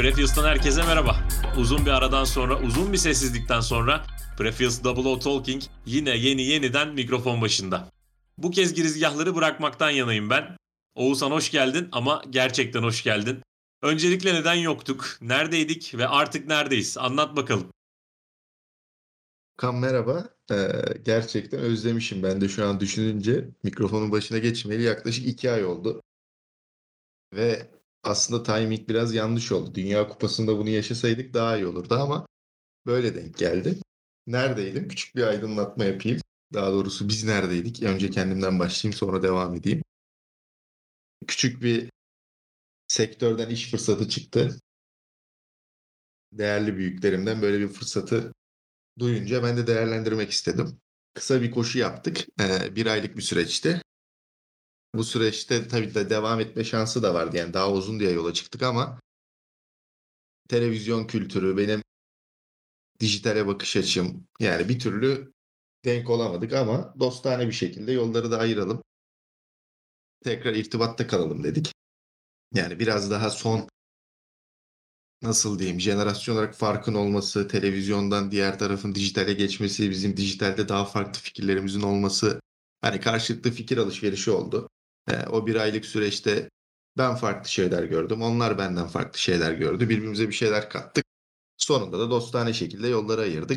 Prefills'tan herkese merhaba. Uzun bir aradan sonra, uzun bir sessizlikten sonra Prefills Double O Talking yine yeniden mikrofon başında. Bu kez girizgahları bırakmaktan yanayım ben. Oğuzhan hoş geldin ama gerçekten hoş geldin. Öncelikle neden yoktuk, neredeydik ve artık neredeyiz? Anlat bakalım. Kan merhaba. Gerçekten özlemişim. Ben de şu an düşününce mikrofonun başına geçmeyeli yaklaşık 2 ay oldu. Ve aslında timing biraz yanlış oldu. Dünya Kupası'nda bunu yaşasaydık daha iyi olurdu ama böyle denk geldi. Neredeydim? Küçük bir aydınlatma yapayım. Daha doğrusu biz neredeydik? Önce kendimden başlayayım sonra devam edeyim. Küçük bir sektörden iş fırsatı çıktı. Değerli büyüklerimden böyle bir fırsatı duyunca ben de değerlendirmek istedim. Kısa bir koşu yaptık. 1 aylık bir süreçti. Bu süreçte tabii de devam etme şansı da vardı. Yani daha uzun diye yola çıktık ama televizyon kültürü, benim dijitale bakış açım yani bir türlü denk olamadık ama dostane bir şekilde yolları da ayıralım. Tekrar irtibatta kalalım dedik. Yani biraz daha son nasıl diyeyim jenerasyon olarak farkın olması, televizyondan diğer tarafın dijitale geçmesi, bizim dijitalde daha farklı fikirlerimizin olması hani karşılıklı fikir alışverişi oldu. O 1 aylık süreçte ben farklı şeyler gördüm. Onlar benden farklı şeyler gördü. Birbirimize bir şeyler kattık. Sonunda da dostane şekilde yolları ayırdık.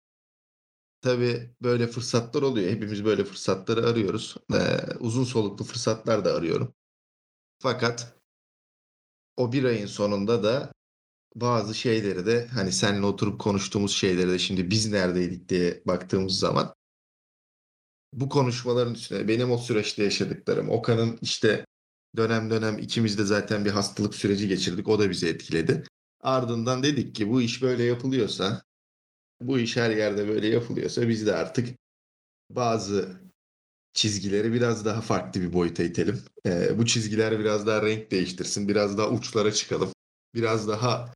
Tabii böyle fırsatlar oluyor. Hepimiz böyle fırsatları arıyoruz. Uzun soluklu fırsatlar da arıyorum. Fakat o 1 ayın sonunda da bazı şeyleri de hani seninle oturup konuştuğumuz şeyleri de şimdi biz neredeydik diye baktığımız zaman bu konuşmaların üstüne benim o süreçte yaşadıklarım, Okan'ın işte dönem dönem ikimiz de zaten bir hastalık süreci geçirdik. O da bizi etkiledi. Ardından dedik ki bu iş böyle yapılıyorsa, bu iş her yerde böyle yapılıyorsa biz de artık bazı çizgileri biraz daha farklı bir boyuta itelim. Bu çizgiler biraz daha renk değiştirsin, biraz daha uçlara çıkalım. Biraz daha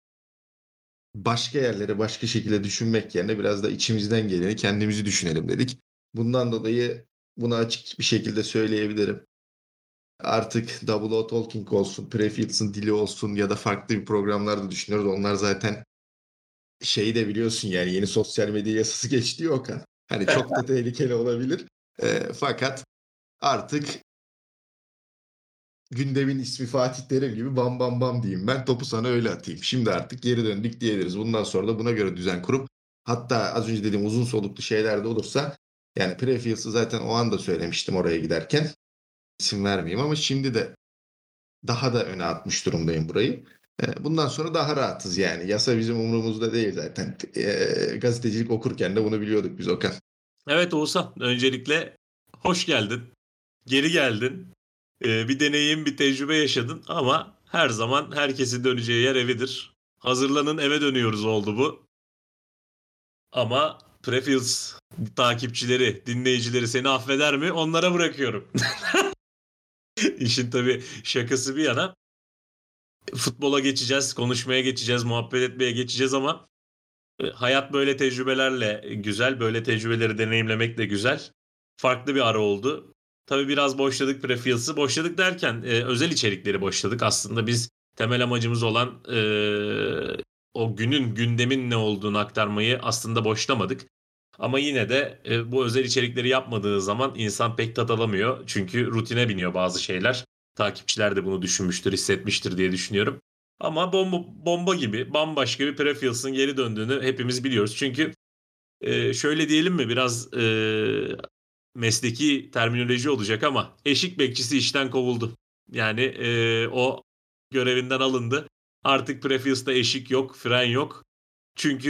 başka yerlere başka şekilde düşünmek yerine biraz da içimizden geleni kendimizi düşünelim dedik. Bundan dolayı bunu açık bir şekilde söyleyebilirim. Artık Double O Talking olsun, Prefills'ın dili olsun ya da farklı bir programlar da düşünüyoruz. Onlar zaten şeyi de biliyorsun yani yeni sosyal medya yasası geçti ya Okan. Hani çok da tehlikeli olabilir. Fakat artık gündemin ismi Fatih Terim gibi bam bam bam diyeyim ben topu sana öyle atayım. Şimdi artık geri döndük diyebiliriz. Bundan sonra da buna göre düzen kurup hatta az önce dediğim uzun soluklu şeyler de olursa yani Prefills'ı zaten o anda söylemiştim oraya giderken. İsim vermeyeyim ama şimdi de daha da öne atmış durumdayım burayı. Bundan sonra daha rahatız yani. Yasa bizim umurumuzda değil zaten. Gazetecilik okurken de bunu biliyorduk biz Okan. Evet Oğuzhan, öncelikle hoş geldin, geri geldin. Bir deneyim, bir tecrübe yaşadın ama her zaman herkesin döneceği yer evidir. Hazırlanın eve dönüyoruz oldu bu. Ama Prefills takipçileri, dinleyicileri seni affeder mi? Onlara bırakıyorum. İşin tabii şakası bir yana. Futbola geçeceğiz, konuşmaya geçeceğiz, muhabbet etmeye geçeceğiz ama hayat böyle tecrübelerle güzel, böyle tecrübeleri deneyimlemek de güzel. Farklı bir ara oldu. Tabii biraz boşladık Prefills'ı. Boşladık derken özel içerikleri boşladık. Aslında biz temel amacımız olan o günün, gündemin ne olduğunu aktarmayı aslında boşlamadık. Ama yine de bu özel içerikleri yapmadığı zaman insan pek tat alamıyor. Çünkü rutine biniyor bazı şeyler. Takipçiler de bunu düşünmüştür, hissetmiştir diye düşünüyorum. Ama bomba gibi bambaşka bir Prefills'ın geri döndüğünü hepimiz biliyoruz. Çünkü şöyle diyelim mi biraz mesleki terminoloji olacak ama eşik bekçisi işten kovuldu. Yani o görevinden alındı. Artık Prefills'ta eşik yok, fren yok. Çünkü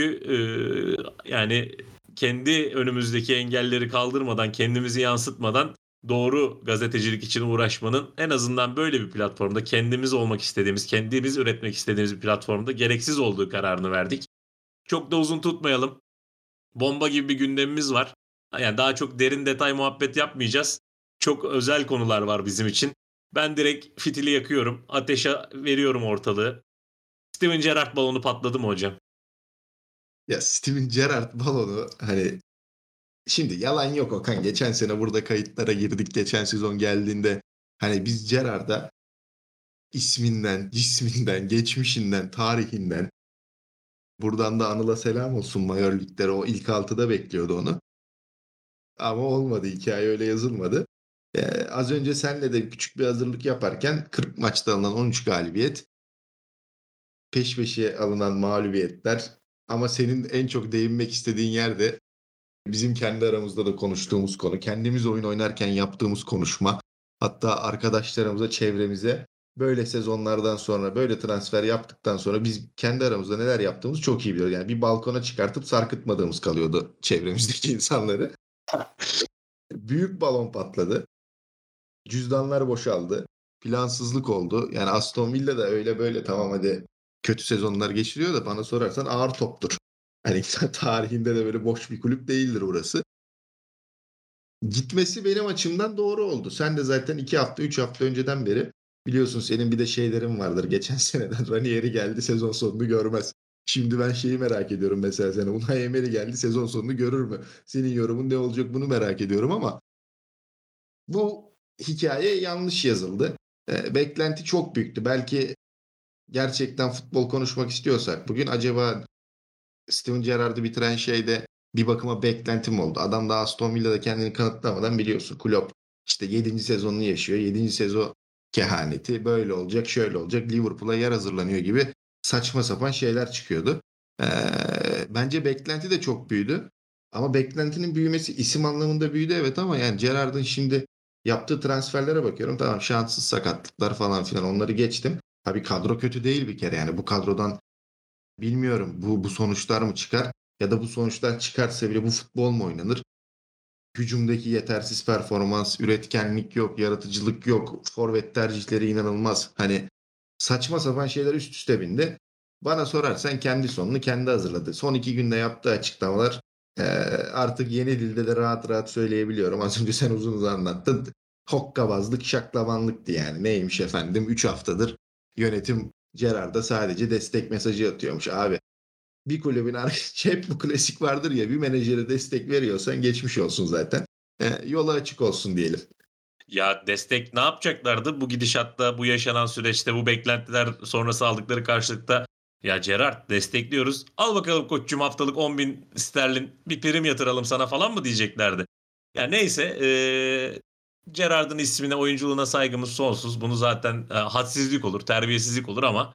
yani kendi önümüzdeki engelleri kaldırmadan, kendimizi yansıtmadan doğru gazetecilik için uğraşmanın en azından böyle bir platformda kendimiz olmak istediğimiz, kendimiz üretmek istediğimiz bir platformda gereksiz olduğu kararını verdik. Çok da uzun tutmayalım. Bomba gibi bir gündemimiz var. Yani daha çok derin detay muhabbet yapmayacağız. Çok özel konular var bizim için. Ben direkt fitili yakıyorum. Ateşe veriyorum ortalığı. Steven Gerrard balonu patladı mı hocam? Ya Steven Gerrard balonu hani şimdi yalan yok Okan. Geçen sene burada kayıtlara girdik. Geçen sezon geldiğinde hani biz Gerrard'a isminden, cisminden, geçmişinden, tarihinden. Buradan da Anıl'a selam olsun. Major Lig'lere o ilk altıda bekliyordu onu. Ama olmadı. Hikaye öyle yazılmadı. Az önce senle de küçük bir hazırlık yaparken 40 maçta alınan 13 galibiyet, peş peşe alınan mağlubiyetler, ama senin en çok değinmek istediğin yerde bizim kendi aramızda da konuştuğumuz konu. Kendimiz oyun oynarken yaptığımız konuşma. Hatta arkadaşlarımıza, çevremize böyle sezonlardan sonra, böyle transfer yaptıktan sonra biz kendi aramızda neler yaptığımızı çok iyi biliyoruz. Yani bir balkona çıkartıp sarkıtmadığımız kalıyordu çevremizdeki insanları. Büyük balon patladı. Cüzdanlar boşaldı. Plansızlık oldu. Yani Aston Villa da öyle böyle tamam hadi kötü sezonlar geçiriyor da bana sorarsan ağır toptur. Hani tarihinde de böyle boş bir kulüp değildir burası. Gitmesi benim açımdan doğru oldu. Sen de zaten 2 hafta 3 hafta önceden beri biliyorsun, senin bir de şeylerin vardır. Geçen seneden Ranieri geldi, sezon sonunu görmez. Şimdi ben şeyi merak ediyorum mesela, sana Unai Emery geldi, sezon sonunu görür mü? Senin yorumun ne olacak bunu merak ediyorum ama bu hikaye yanlış yazıldı. Beklenti çok büyüktü. Belki gerçekten futbol konuşmak istiyorsak bugün acaba Steven Gerrard'ı bitiren şeyde bir bakıma beklentim oldu. Adam da Aston Villa'da kendini kanıtlamadan biliyorsun. Klopp işte 7. sezonunu yaşıyor. 7. sezon kehaneti. Böyle olacak, şöyle olacak. Liverpool'a yer hazırlanıyor gibi saçma sapan şeyler çıkıyordu. Ee, Bence beklenti de çok büyüdü. Ama beklentinin büyümesi isim anlamında büyüdü evet, ama yani Gerrard'ın şimdi yaptığı transferlere bakıyorum. Tamam, şanssız sakatlıklar falan filan, onları geçtim. Tabii kadro kötü değil bir kere, yani bu kadrodan bilmiyorum bu sonuçlar mı çıkar, ya da bu sonuçlar çıkarsa bile bu futbol mu oynanır? Hücumdaki yetersiz performans, üretkenlik yok, yaratıcılık yok, forvet tercihleri inanılmaz. Hani saçma sapan şeyler üst üste bindi. Bana sorarsan kendi sonunu kendi hazırladı. Son 2 günde yaptığı açıklamalar artık yeni dilde de rahat rahat söyleyebiliyorum. Az önce sen uzun uzun anlattın. Hokkabazlık, şaklabanlıktı yani. Neymiş efendim? 3 haftadır yönetim Gerard'a sadece destek mesajı atıyormuş. Abi bir kulübün hep bu klasik vardır ya, bir menajere destek veriyorsan geçmiş olsun zaten. Yola açık olsun diyelim. Ya destek ne yapacaklardı bu gidişatta, bu yaşanan süreçte, bu beklentiler sonrası aldıkları karşılıkta? Ya Gerard destekliyoruz. Al bakalım koçum, haftalık 10 bin sterlin bir prim yatıralım sana falan mı diyeceklerdi? Ya neyse, Gerard'ın ismine, oyunculuğuna saygımız sonsuz. Bunu zaten hadsizlik olur, terbiyesizlik olur ama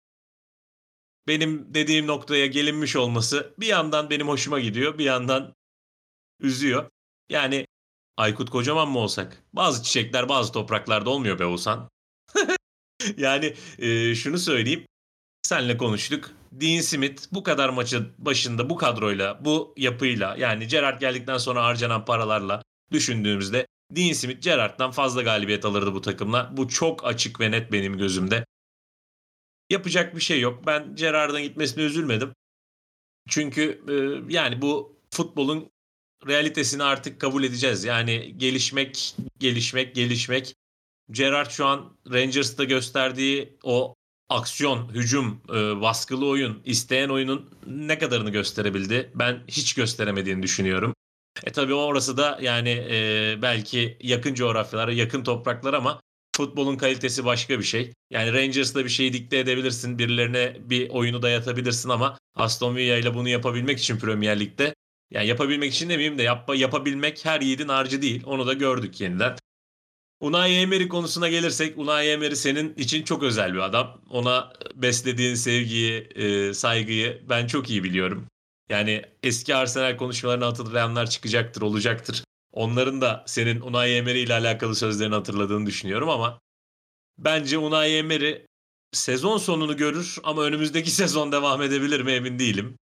benim dediğim noktaya gelinmiş olması bir yandan benim hoşuma gidiyor, bir yandan üzüyor. Yani Aykut Kocaman mı olsak? Bazı çiçekler bazı topraklarda olmuyor be Oğuzhan. Yani şunu söyleyeyim. Senle konuştuk. Dean Smith bu kadar maçın başında bu kadroyla, bu yapıyla, yani Gerrard geldikten sonra harcanan paralarla düşündüğümüzde Dean Smith Gerrard'dan fazla galibiyet alırdı bu takımla. Bu çok açık ve net benim gözümde. Yapacak bir şey yok. Ben Gerrard'ın gitmesine üzülmedim. Çünkü yani bu futbolun realitesini artık kabul edeceğiz. Yani gelişmek, gelişmek, gelişmek. Gerrard şu an Rangers'ta gösterdiği o aksiyon, hücum, baskılı oyun, isteyen oyunun ne kadarını gösterebildi? Ben hiç gösteremediğini düşünüyorum. Tabii orası da yani belki yakın coğrafyalar, yakın topraklar ama futbolun kalitesi başka bir şey. Yani Rangers'da bir şeyi dikte edebilirsin, birilerine bir oyunu dayatabilirsin ama Aston Villa ile bunu yapabilmek için Premier Lig'de, yani yapabilmek için demeyeyim de yapabilmek her yiğidin harcı değil. Onu da gördük yeniden. Unai Emery konusuna gelirsek, Unai Emery senin için çok özel bir adam. Ona beslediğin sevgiyi, saygıyı ben çok iyi biliyorum. Yani eski Arsenal konuşmalarını hatırlayanlar çıkacaktır, olacaktır. Onların da senin Unai Emery ile alakalı sözlerini hatırladığını düşünüyorum ama bence Unai Emery sezon sonunu görür ama önümüzdeki sezon devam edebilir mi emin değilim.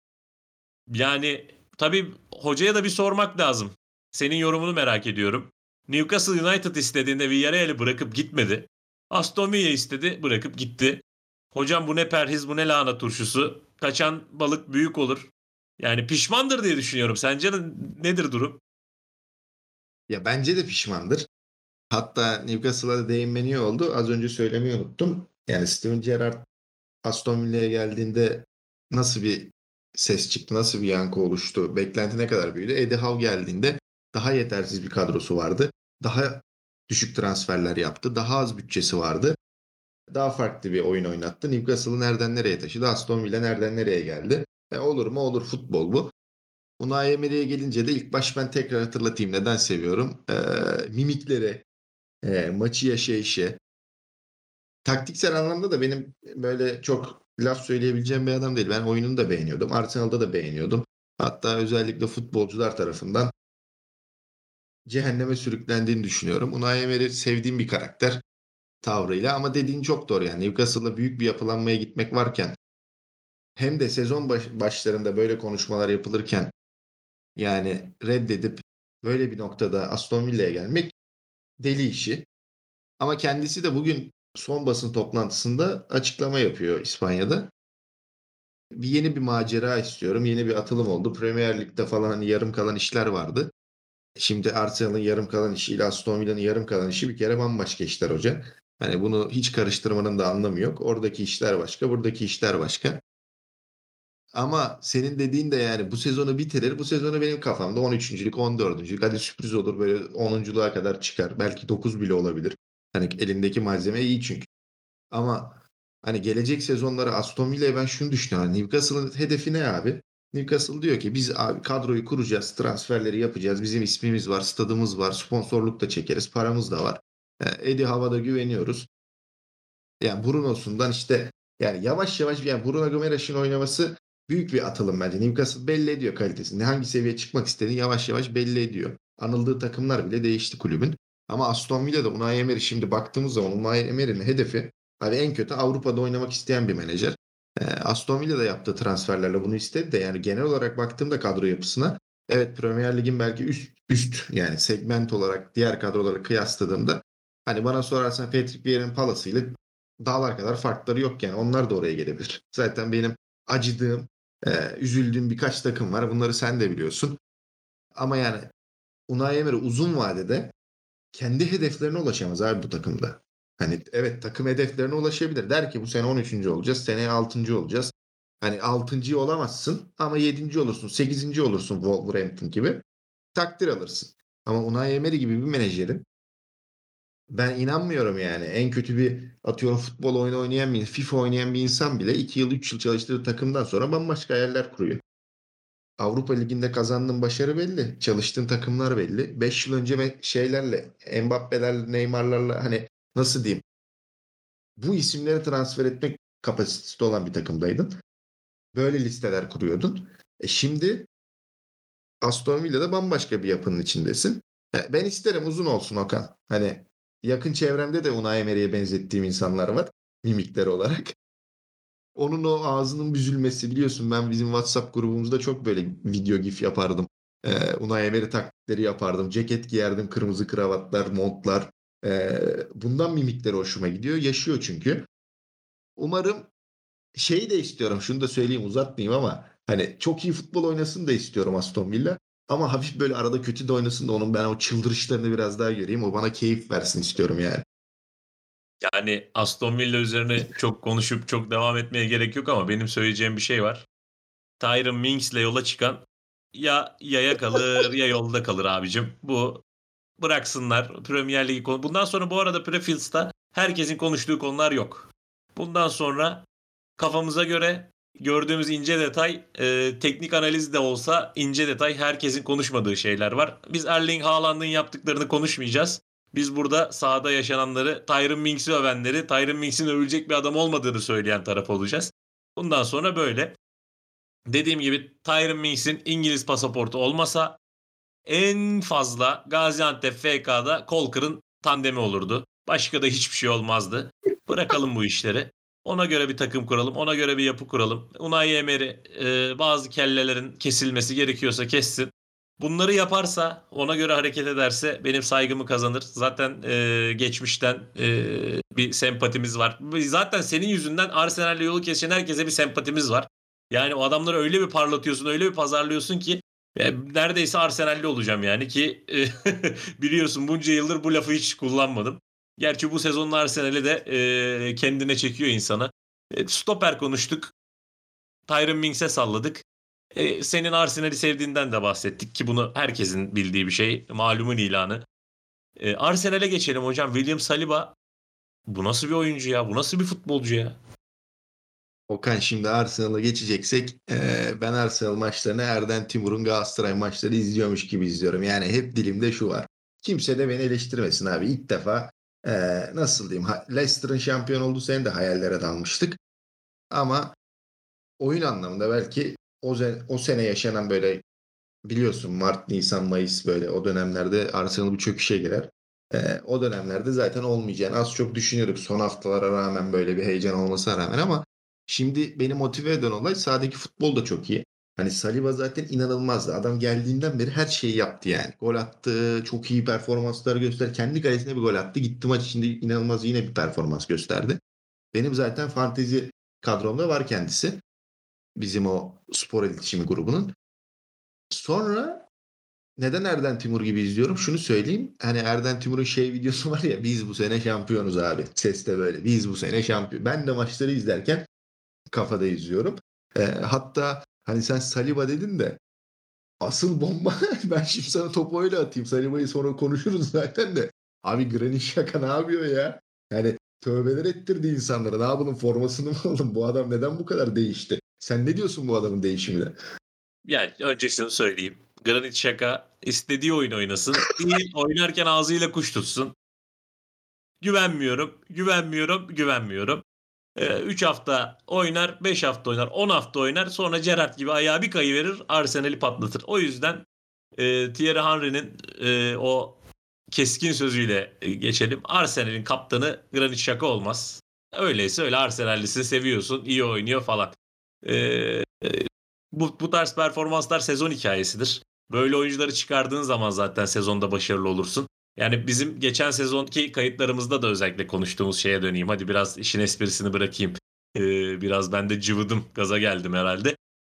Yani tabii hocaya da bir sormak lazım. Senin yorumunu merak ediyorum. Newcastle United istediğinde Villarreal'i bırakıp gitmedi. Aston Villa istedi, bırakıp gitti. Hocam bu ne perhiz, bu ne lahana turşusu. Kaçan balık büyük olur. Yani pişmandır diye düşünüyorum. Sence nedir durum? Ya bence de pişmandır. Hatta Newcastle'a da değinmeni iyi oldu. Az önce söylemeyi unuttum. Yani Steven Gerrard Aston Villa'ya geldiğinde nasıl bir ses çıktı, nasıl bir yankı oluştu, beklenti ne kadar büyüdü? Eddie Howe geldiğinde daha yetersiz bir kadrosu vardı. Daha düşük transferler yaptı. Daha az bütçesi vardı. daha farklı bir oyun oynattı. Newcastle'ı nereden nereye taşıdı? Aston Villa nereden nereye geldi? Olur mu? Olur, futbol bu. Unai Emery'e gelince de ilk baş ben tekrar hatırlatayım neden seviyorum. Mimikleri, maçı yaşayışı. Taktiksel anlamda da benim böyle çok laf söyleyebileceğim bir adam değil. Ben oyununu da beğeniyordum. Arsenal'da da beğeniyordum. Hatta özellikle futbolcular tarafından cehenneme sürüklendiğini düşünüyorum. Unai Emery sevdiğim bir karakter tavrıyla, ama dediğin çok doğru yani. Newcastle'da büyük bir yapılanmaya gitmek varken hem de sezon başlarında böyle konuşmalar yapılırken yani reddedip böyle bir noktada Aston Villa'ya gelmek deli işi. Ama kendisi de bugün son basın toplantısında açıklama yapıyor İspanya'da. Yeni bir macera istiyorum. Yeni bir atılım oldu. Premier Lig'de falan hani yarım kalan işler vardı. Şimdi Arsenal'ın yarım kalan işiyle Aston Villa'nın yarım kalan işi bir kere bambaşka işler hoca. Hani bunu hiç karıştırmanın da anlamı yok. Oradaki işler başka, buradaki işler başka. Ama senin dediğin de yani bu sezonu bitirir. Bu sezonu benim kafamda 13.lük, 14.lük. Hadi sürpriz olur, böyle 10.luğa kadar çıkar. Belki 9 bile olabilir. Hani elindeki malzeme iyi çünkü. Ama hani gelecek sezonlara Aston Villa'ya ben şunu düşünüyorum. Newcastle'ın hedefi ne abi? Newcastle diyor ki biz abi kadroyu kuracağız, transferleri yapacağız. Bizim ismimiz var, stadımız var, sponsorluk da çekeriz, paramız da var. Eddie Howe'a güveniyoruz. Yani Bruno'sundan işte yani yavaş yavaş yani Bruno Gomes oynaması büyük bir atılım bence. Newcastle belli ediyor kalitesini. Hangi seviyeye çıkmak istediğini yavaş yavaş belli ediyor. Anıldığı takımlar bile değişti kulübün. Ama Aston Villa'da Unai Emery, şimdi baktığımız zaman Unai Emery'nin hedefi hani en kötü Avrupa'da oynamak isteyen bir menajer. Aston Villa'da yaptığı transferlerle bunu istedi de yani genel olarak baktığımda kadro yapısına, evet, Premier Lig'in belki üst yani segment olarak diğer kadroları kıyasladığımda hani bana sorarsan Patrick Vieira'nın Palace'ıyla dağlar kadar farkları yok yani. Onlar da oraya gelebilir. Zaten benim acıdığım, üzüldüğüm birkaç takım var. Bunları sen de biliyorsun. Ama yani Unai Emery uzun vadede kendi hedeflerine ulaşamaz abi bu takımda. Hani evet, takım hedeflerine ulaşabilir. Der ki bu sene 13. olacağız. Seneye 6. olacağız. Hani 6. olamazsın ama 7. olursun. 8. olursun Wolverhampton gibi. Takdir alırsın. Ama Unai Emery gibi bir menajerin, ben inanmıyorum yani. En kötü bir atıyorum futbol oyunu oynayan bir, FIFA oynayan bir insan bile 2 yıl 3 yıl çalıştığı takımdan sonra bambaşka hayaller kuruyor. Avrupa Ligi'nde kazandığın başarı belli. Çalıştığın takımlar belli. 5 yıl önce şeylerle, Mbappe'lerle, Neymar'larla hani nasıl diyeyim, bu isimleri transfer etmek kapasitesi olan bir takımdaydın. Böyle listeler kuruyordun. Şimdi Aston Villa'da bambaşka bir yapının içindesin. Ben isterim uzun olsun Okan. Hani yakın çevremde de Unai Emery'e benzettiğim insanlar var mimikler olarak. Onun o ağzının büzülmesi, biliyorsun ben bizim WhatsApp grubumuzda çok böyle video gif yapardım. Unai Emery taklitleri yapardım. Ceket giyerdim, kırmızı kravatlar, montlar. Bundan mimikleri hoşuma gidiyor. Yaşıyor çünkü. Umarım şeyi de istiyorum. Şunu da söyleyeyim, uzatmayayım, ama hani çok iyi futbol oynasın da istiyorum Aston Villa. Ama hafif böyle arada kötü de oynasın da onun ben o çıldırışlarını biraz daha göreyim. O bana keyif versin istiyorum yani. Yani Aston Villa üzerine çok konuşup çok devam etmeye gerek yok ama benim söyleyeceğim bir şey var. Tyron Mings'le yola çıkan ya yaya kalır ya yolda kalır abicim. Bu bıraksınlar Premier Ligi konu. Bundan sonra bu arada Prefield'da herkesin konuştuğu konular yok. Bundan sonra kafamıza göre gördüğümüz ince detay, teknik analiz de olsa ince detay, herkesin konuşmadığı şeyler var. Biz Erling Haaland'ın yaptıklarını konuşmayacağız. Biz burada sahada yaşananları, Tyron Mings'i övenleri, Tyron Mings'in övülecek bir adam olmadığını söyleyen taraf olacağız. Bundan sonra böyle. Dediğim gibi Tyron Mings'in İngiliz pasaportu olmasa en fazla Gaziantep FK'da Colker'ın tandemi olurdu. Başka da hiçbir şey olmazdı. Bırakalım bu işleri. Ona göre bir takım kuralım. Ona göre bir yapı kuralım. Unai Emery bazı kellelerin kesilmesi gerekiyorsa kessin. Bunları yaparsa, ona göre hareket ederse benim saygımı kazanır. Zaten geçmişten bir sempatimiz var. Zaten senin yüzünden Arsenal'le yolu kesişen herkese bir sempatimiz var. Yani o adamları öyle bir parlatıyorsun, öyle bir pazarlıyorsun ki neredeyse Arsenal'li olacağım yani ki biliyorsun bunca yıldır bu lafı hiç kullanmadım. Gerçi bu sezonun Arsenal'i de kendine çekiyor insanı. Stoper konuştuk. Tyron Mings'e salladık. Senin Arsenal'i sevdiğinden de bahsettik ki bunu herkesin bildiği bir şey. Malumun ilanı. Arsenal'e geçelim hocam. William Saliba Bu nasıl bir oyuncu ya? Bu nasıl bir futbolcu ya? Okan, şimdi Arsenal'a geçeceksek ben Arsenal maçlarını Erden Timur'un Galatasaray maçları izliyormuş gibi izliyorum. Yani hep dilimde şu var. Kimse de beni eleştirmesin abi. İlk defa nasıl diyeyim, Leicester'ın şampiyon olduğu sene de hayallere dalmıştık. Ama oyun anlamında belki o sene yaşanan böyle, biliyorsun Mart, Nisan, Mayıs, böyle o dönemlerde Arsenal bir çöküşe girer. O dönemlerde zaten olmayacağını az çok düşünüyorduk. Son haftalara rağmen, böyle bir heyecan olmasına rağmen, ama şimdi beni motive eden olay, sahadaki futbol da çok iyi. Hani Saliba zaten inanılmazdı. Adam geldiğinden beri her şeyi yaptı yani. Gol attı, çok iyi performanslar gösterdi. Kendi kalesine bir gol attı. Gitti maç içinde inanılmaz yine bir performans gösterdi. Benim zaten fantezi kadromda var kendisi. Bizim o spor iletişimi grubunun. Sonra neden Erden Timur gibi izliyorum? Şunu söyleyeyim. Hani Erden Timur'un şey videosu var ya, biz bu sene şampiyonuz abi. Ses de böyle. Biz bu sene şampiyon. Ben de maçları izlerken kafada izliyorum. Hatta hani sen Saliba dedin de, asıl bomba ben şimdi sana topu öyle atayım. Saliba'yı sonra konuşuruz zaten de. Abi Granit Xhaka ne yapıyor ya? Yani tövbeler ettirdi insanlara. Ne yapalım, formasını mı alalım? Bu adam neden bu kadar değişti? Sen ne diyorsun bu adamın değişimine? Yani önce şunu söyleyeyim. Granit Xhaka istediği oyun oynasın. İyi oynarken ağzıyla kuş tutsun. Güvenmiyorum, güvenmiyorum, güvenmiyorum. 3 hafta oynar, 5 hafta oynar, 10 hafta oynar. Sonra Gerrard gibi ayağı bir kayıverir, Arsenal'i patlatır. O yüzden Thierry Henry'nin o keskin sözüyle geçelim. Arsenal'in kaptanı Granit Xhaka olmaz. Öyleyse öyle, Arsenal'lisin, seviyorsun, iyi oynuyor falan. E, bu tarz performanslar sezon hikayesidir. Böyle oyuncuları çıkardığın zaman zaten sezonda başarılı olursun. Yani bizim geçen sezonki kayıtlarımızda da özellikle konuştuğumuz şeye döneyim. Hadi biraz işin esprisini bırakayım. Biraz ben de cıvıdım, gaza geldim herhalde.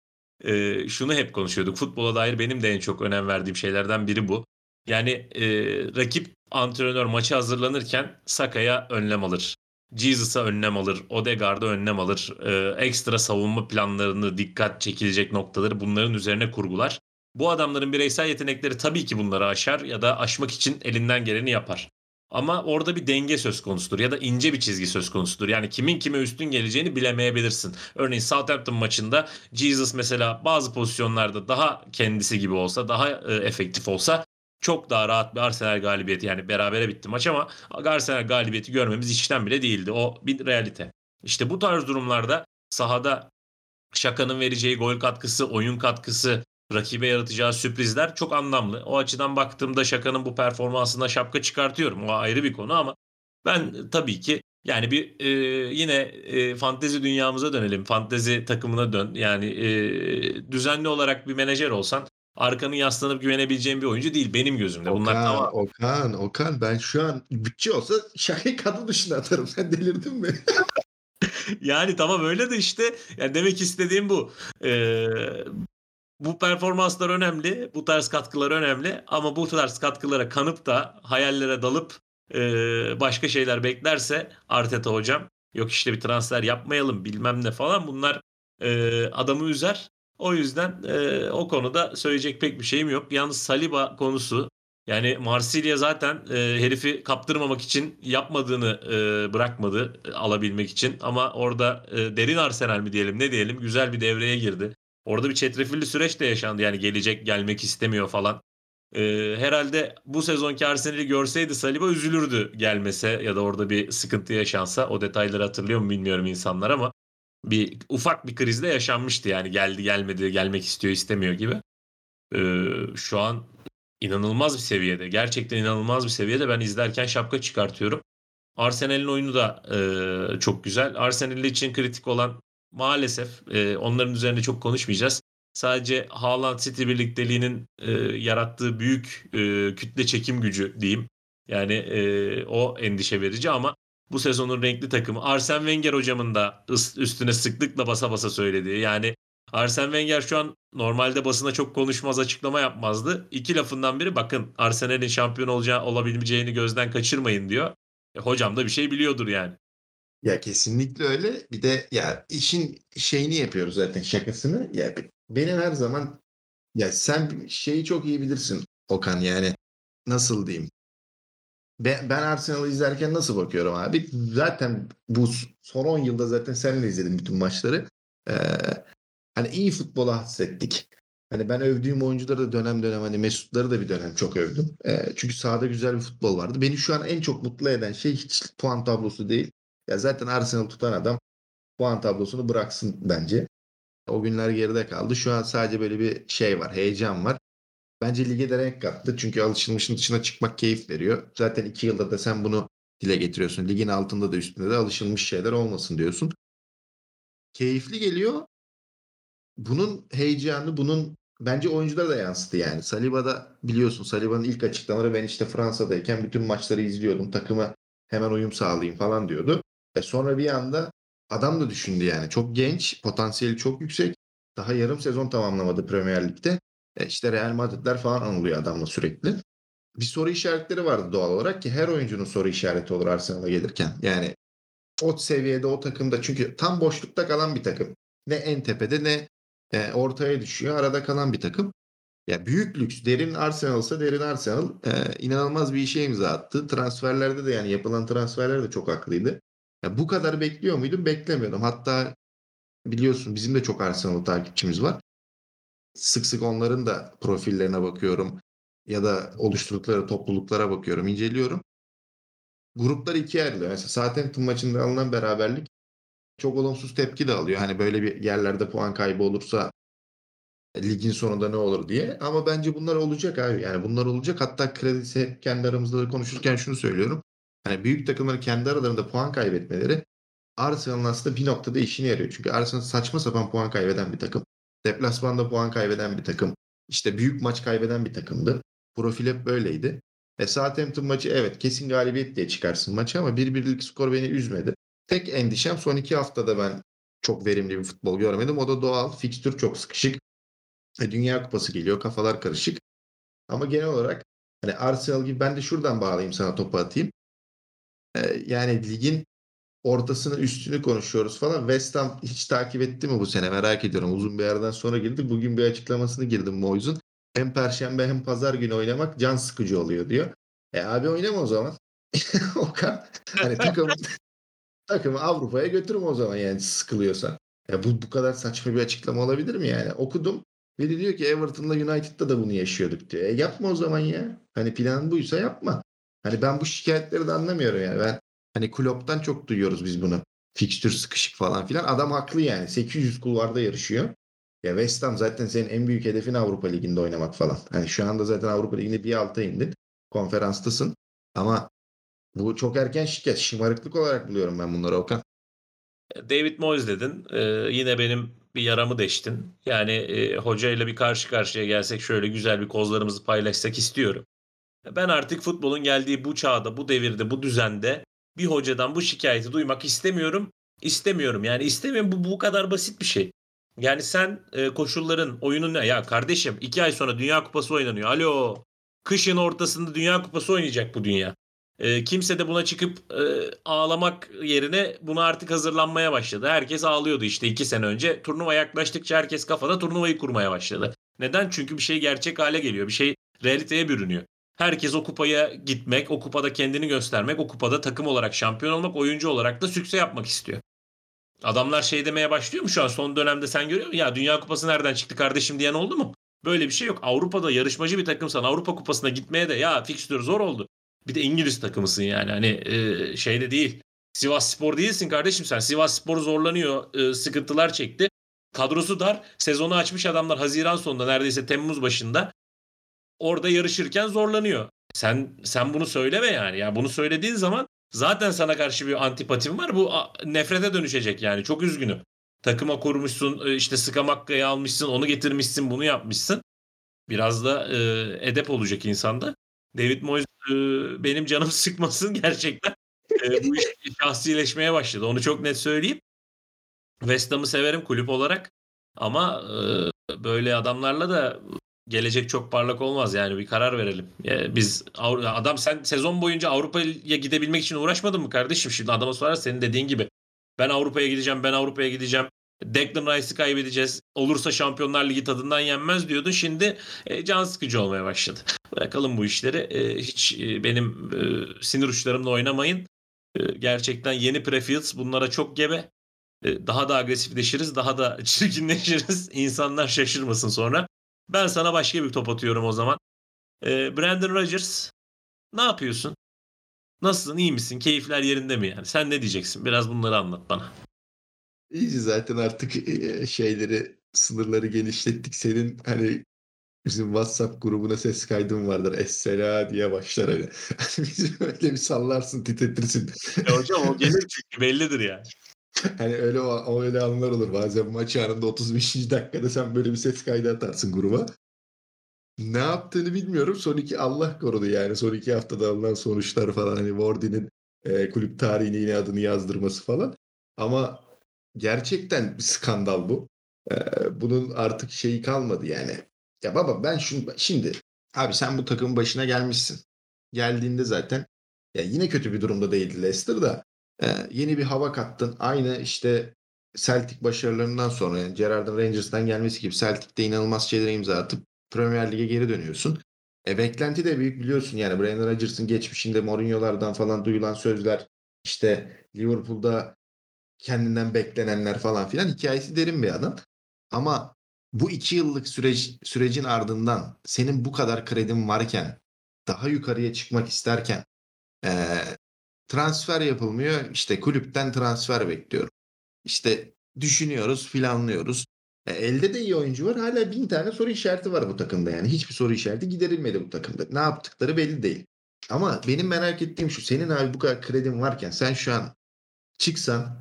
Şunu hep konuşuyorduk. Futbola dair benim de en çok önem verdiğim şeylerden biri bu. Yani rakip antrenör maça hazırlanırken Saka'ya önlem alır. Jesus'a önlem alır. Odegaard'a önlem alır. Ekstra savunma planlarını, dikkat çekilecek noktaları bunların üzerine kurgular. Bu adamların bireysel yetenekleri tabii ki bunları aşar ya da aşmak için elinden geleni yapar. Ama orada bir denge söz konusudur ya da ince bir çizgi söz konusudur. Yani kimin kime üstün geleceğini bilemeyebilirsin. Örneğin Southampton maçında Jesus mesela bazı pozisyonlarda daha kendisi gibi olsa, daha efektif olsa çok daha rahat bir Arsenal galibiyeti, yani berabere bitti maç ama Arsenal galibiyeti görmemiz işten bile değildi. O bir realite. İşte bu tarz durumlarda sahada Şaka'nın vereceği gol katkısı, oyun katkısı, rakibe yaratacağı sürprizler çok anlamlı. O açıdan baktığımda Şaka'nın bu performansına şapka çıkartıyorum. O ayrı bir konu ama ben tabii ki yani bir yine fantezi dünyamıza dönelim. Fantezi takımına dön. Yani düzenli olarak bir menajer olsan arkanı yaslanıp güvenebileceğin bir oyuncu değil benim gözümde. Bunlar Okan, tamam. Okan, Okan, ben şu an bütçe olsa şakayı kadro dışına atarım. Sen delirdin mi? Yani tamam öyle de işte yani demek istediğim bu. E, Bu performanslar önemli, bu tarz katkılar önemli ama bu tarz katkılara kanıp da hayallere dalıp başka şeyler beklerse Arteta hocam, yok işte bir transfer yapmayalım bilmem ne falan, bunlar adamı üzer. O yüzden o konuda söyleyecek pek bir şeyim yok. Yalnız Saliba konusu, yani Marsilya zaten herifi kaptırmamak için yapmadığını bırakmadı alabilmek için ama orada derin Arsenal mi diyelim ne diyelim, güzel bir devreye girdi. Orada bir çetrefilli süreç de yaşandı, yani gelecek gelmek istemiyor falan. Herhalde bu sezonki Arsenal'i görseydi Saliba üzülürdü gelmese ya da orada bir sıkıntı yaşansa. O detayları hatırlıyor mu bilmiyorum insanlar ama bir ufak bir krizde yaşanmıştı, yani geldi gelmedi, gelmek istiyor istemiyor gibi. Şu an inanılmaz bir seviyede, gerçekten inanılmaz bir seviyede, ben izlerken şapka çıkartıyorum. Arsenal'in oyunu da çok güzel. Arsenal için kritik olan maalesef onların üzerinde çok konuşmayacağız. Sadece Haaland City birlikteliğinin yarattığı büyük kütle çekim gücü diyeyim. Yani o endişe verici ama bu sezonun renkli takımı. Arsene Wenger hocamın da üstüne sıklıkla basa basa söylediği. Yani Arsene Wenger şu an normalde basına çok konuşmaz, açıklama yapmazdı. İki lafından biri, bakın Arsenal'in şampiyon olabileceğini gözden kaçırmayın diyor. Hocam da bir şey biliyordur yani. Ya kesinlikle öyle. Bir de ya işin şeyini yapıyoruz zaten, şakasını. Ya benim her zaman, ya sen şeyi çok iyi bilirsin Okan, yani nasıl diyeyim? Ben Arsenal'ı izlerken nasıl bakıyorum abi? Zaten bu son 10 yılda zaten seninle izledim bütün maçları. Ee, Hani iyi futbola hasrettik. Hani ben övdüğüm oyuncuları da dönem dönem, hani Mesutları da bir dönem çok övdüm. Çünkü sahada güzel bir futbol vardı. Beni şu an en çok mutlu eden şey hiç puan tablosu değil. Ya zaten Arsenal tutan adam puan tablosunu bıraksın bence. O günler geride kaldı. Şu an sadece böyle bir şey var, heyecan var. Bence lige de renk kattı. Çünkü alışılmışın dışına çıkmak keyif veriyor. Zaten 2 yılda da sen bunu dile getiriyorsun. Ligin altında da üstünde de alışılmış şeyler olmasın diyorsun. Keyifli geliyor. Bunun heyecanı, bunun bence oyunculara da yansıdı yani. Saliba'da biliyorsun, Saliba'nın ilk açıklamaları, ben işte Fransa'dayken bütün maçları izliyordum. Takıma hemen uyum sağlayayım falan diyordu. Sonra bir anda adam da düşündü yani. Çok genç, potansiyeli çok yüksek. Daha yarım sezon tamamlamadı Premier Lig'de. İşte Real Madridler falan anılıyor adamla sürekli. Bir soru işaretleri vardı doğal olarak, ki her oyuncunun soru işareti olur Arsenal'a gelirken. Yani o seviyede, o takımda, çünkü tam boşlukta kalan bir takım. Ne en tepede ne ortaya düşüyor. Arada kalan bir takım. Ya büyük lüks. Derin Arsenal'sa derin Arsenal inanılmaz bir işe imza attı. Transferlerde de, yani yapılan transferler de çok haklıydı. Ya bu kadar bekliyor muydum? Beklemiyordum. Hatta biliyorsun bizim de çok Arsenal takipçimiz var. Sık sık onların da profillerine bakıyorum. Ya da oluşturdukları topluluklara bakıyorum, inceliyorum. Gruplar ikiye ayrılıyor. Mesela Southampton maçında alınan beraberlik çok olumsuz tepki de alıyor. Hani böyle bir yerlerde puan kaybı olursa ligin sonunda ne olur diye. Ama bence bunlar olacak abi. Yani bunlar olacak. Hatta kredisi, hep kendi aramızda da konuşurken şunu söylüyorum. Hani büyük takımların kendi aralarında puan kaybetmeleri Arsenal'ın aslında bir noktada işine yarıyor. Çünkü Arsenal saçma sapan puan kaybeden bir takım. Deplasmanda puan kaybeden bir takım. İşte büyük maç kaybeden bir takımdı. Profil hep böyleydi. Southampton maçı, evet, kesin galibiyet diye çıkarsın maçı, ama 1-1'lik skor beni üzmedi. Tek endişem, son 2 haftada ben çok verimli bir futbol görmedim. O da doğal. Fikstür çok sıkışık. Dünya Kupası geliyor. Kafalar karışık. Ama genel olarak hani Arsenal gibi, ben de şuradan bağlayayım, sana topu atayım. Yani ligin ortasını üstünü konuşuyoruz falan. West Ham hiç takip etti mi bu sene, merak ediyorum. Uzun bir aradan sonra girdi. Bugün bir açıklamasını girdim Moyes'un. Hem Perşembe hem Pazar günü oynamak can sıkıcı oluyor diyor. Abi oynama o zaman. Okan. Hani takımı Avrupa'ya götürme o zaman, yani sıkılıyorsan. Ya bu kadar saçma bir açıklama olabilir mi yani? Okudum. Biri diyor ki Everton'la United'da da bunu yaşıyorduk diyor. Yapma o zaman ya. Hani plan buysa yapma. Hani ben bu şikayetleri de anlamıyorum yani. Hani Klopp'tan çok duyuyoruz biz bunu. Fikstür sıkışık falan filan. Adam haklı yani. 800 kulvarda yarışıyor. Ya West Ham zaten senin en büyük hedefin Avrupa Ligi'nde oynamak falan. Hani şu anda zaten Avrupa Ligi'nde bir alta indin. Konferanstasın. Ama bu çok erken şikayet. Şımarıklık olarak buluyorum ben bunları, Okan. David Moyes dedin. Yine benim bir yaramı deştin. Yani hocayla bir karşı karşıya gelsek, şöyle güzel bir kozlarımızı paylaşsak istiyorum. Ben artık futbolun geldiği bu çağda, bu devirde, bu düzende bir hocadan bu şikayeti duymak istemiyorum. İstemiyorum. Yani istemiyorum. Bu kadar basit bir şey. Yani sen koşulların, oyunun ne? Ya kardeşim, 2 ay sonra Dünya Kupası oynanıyor. Alo. Kışın ortasında Dünya Kupası oynayacak bu dünya. Kimse de buna çıkıp ağlamak yerine buna artık hazırlanmaya başladı. Herkes ağlıyordu işte 2 sene önce. Turnuva yaklaştıkça herkes kafada turnuvayı kurmaya başladı. Neden? Çünkü bir şey gerçek hale geliyor. Bir şey realiteye bürünüyor. Herkes o kupaya gitmek, o kupada kendini göstermek, o kupada takım olarak şampiyon olmak, oyuncu olarak da sükse yapmak istiyor. Adamlar şey demeye başlıyor mu şu an, son dönemde sen görüyor musun? Ya Dünya Kupası nereden çıktı kardeşim diyen oldu mu? Böyle bir şey yok. Avrupa'da yarışmacı bir takımsan Avrupa Kupası'na gitmeye de ya fikstür zor oldu. Bir de İngiliz takımısın yani. Hani şeyde değil. Sivasspor değilsin kardeşim sen. Sivasspor zorlanıyor. Sıkıntılar çekti. Kadrosu dar. Sezonu açmış adamlar Haziran sonunda, neredeyse Temmuz başında. Orada yarışırken zorlanıyor. Sen bunu söyleme yani. Ya bunu söylediğin zaman zaten sana karşı bir antipatim var. Bu nefrete dönüşecek yani. Çok üzgünüm. Takıma kurmuşsun, işte Scamacca'yı almışsın, onu getirmişsin, bunu yapmışsın. Biraz da edep olacak insanda. David Moyes benim canım sıkmasın gerçekten. Bu iş şahsileşmeye başladı. Onu çok net söyleyeyim. West Ham'ı severim kulüp olarak. Ama böyle adamlarla da gelecek çok parlak olmaz, yani bir karar verelim. Biz adam, sen sezon boyunca Avrupa'ya gidebilmek için uğraşmadın mı kardeşim? Şimdi adama sorar, senin dediğin gibi ben Avrupa'ya gideceğim, ben Avrupa'ya gideceğim. Declan Rice'ı kaybedeceğiz. Olursa Şampiyonlar Ligi tadından yenmez diyordun. Şimdi can sıkıcı olmaya başladı. Bırakalım bu işleri. Hiç benim sinir uçlarımla oynamayın. Gerçekten yeni Prefields bunlara çok gebe. Daha da agresifleşiriz, daha da çirkinleşiriz. İnsanlar şaşırmasın sonra. Ben sana başka bir top atıyorum o zaman. Brandon Rodgers, ne yapıyorsun? Nasılsın, iyi misin? Keyifler yerinde mi yani? Sen ne diyeceksin? Biraz bunları anlat bana. İyice zaten artık şeyleri, sınırları genişlettik. Senin hani bizim WhatsApp grubuna ses kaydın vardır. Essela diye başlar hani. Bizi öyle bir sallarsın, titretirsin. Hocam o gelir çünkü bellidir yani. Hani öyle öyle anlar olur. Bazen maç anında 35. dakikada sen böyle bir ses kaydı atarsın gruba. Ne yaptığını bilmiyorum. Son iki Allah korudu yani. Son 2 haftada alınan sonuçlar falan. Hani Wardy'nin kulüp tarihine yine adını yazdırması falan. Ama gerçekten bir skandal bu. Bunun artık şeyi kalmadı yani. Ya baba ben şimdi abi sen bu takımın başına gelmişsin. Geldiğinde zaten ya yine kötü bir durumda değildi Leicester da yeni bir hava kattın. Aynı işte Celtic başarılarından sonra yani Gerrard'ın Rangers'tan gelmesi gibi Celtic'te inanılmaz şeylere imza atıp Premier Lig'e geri dönüyorsun. Beklenti de büyük biliyorsun yani Brendan Rodgers'ın geçmişinde Mourinho'lardan falan duyulan sözler işte Liverpool'da kendinden beklenenler falan filan hikayesi derin bir adam. Ama bu 2 yıllık sürecin ardından senin bu kadar kredin varken daha yukarıya çıkmak isterken eee, transfer yapılmıyor. İşte kulüpten transfer bekliyorum. İşte düşünüyoruz, planlıyoruz. Elde de iyi oyuncu var. Hala 1000 tane soru işareti var bu takımda yani. Hiçbir soru işareti giderilmedi bu takımda. Ne yaptıkları belli değil. Ama benim merak ettiğim şu. Senin abi bu kadar kredin varken sen şu an çıksan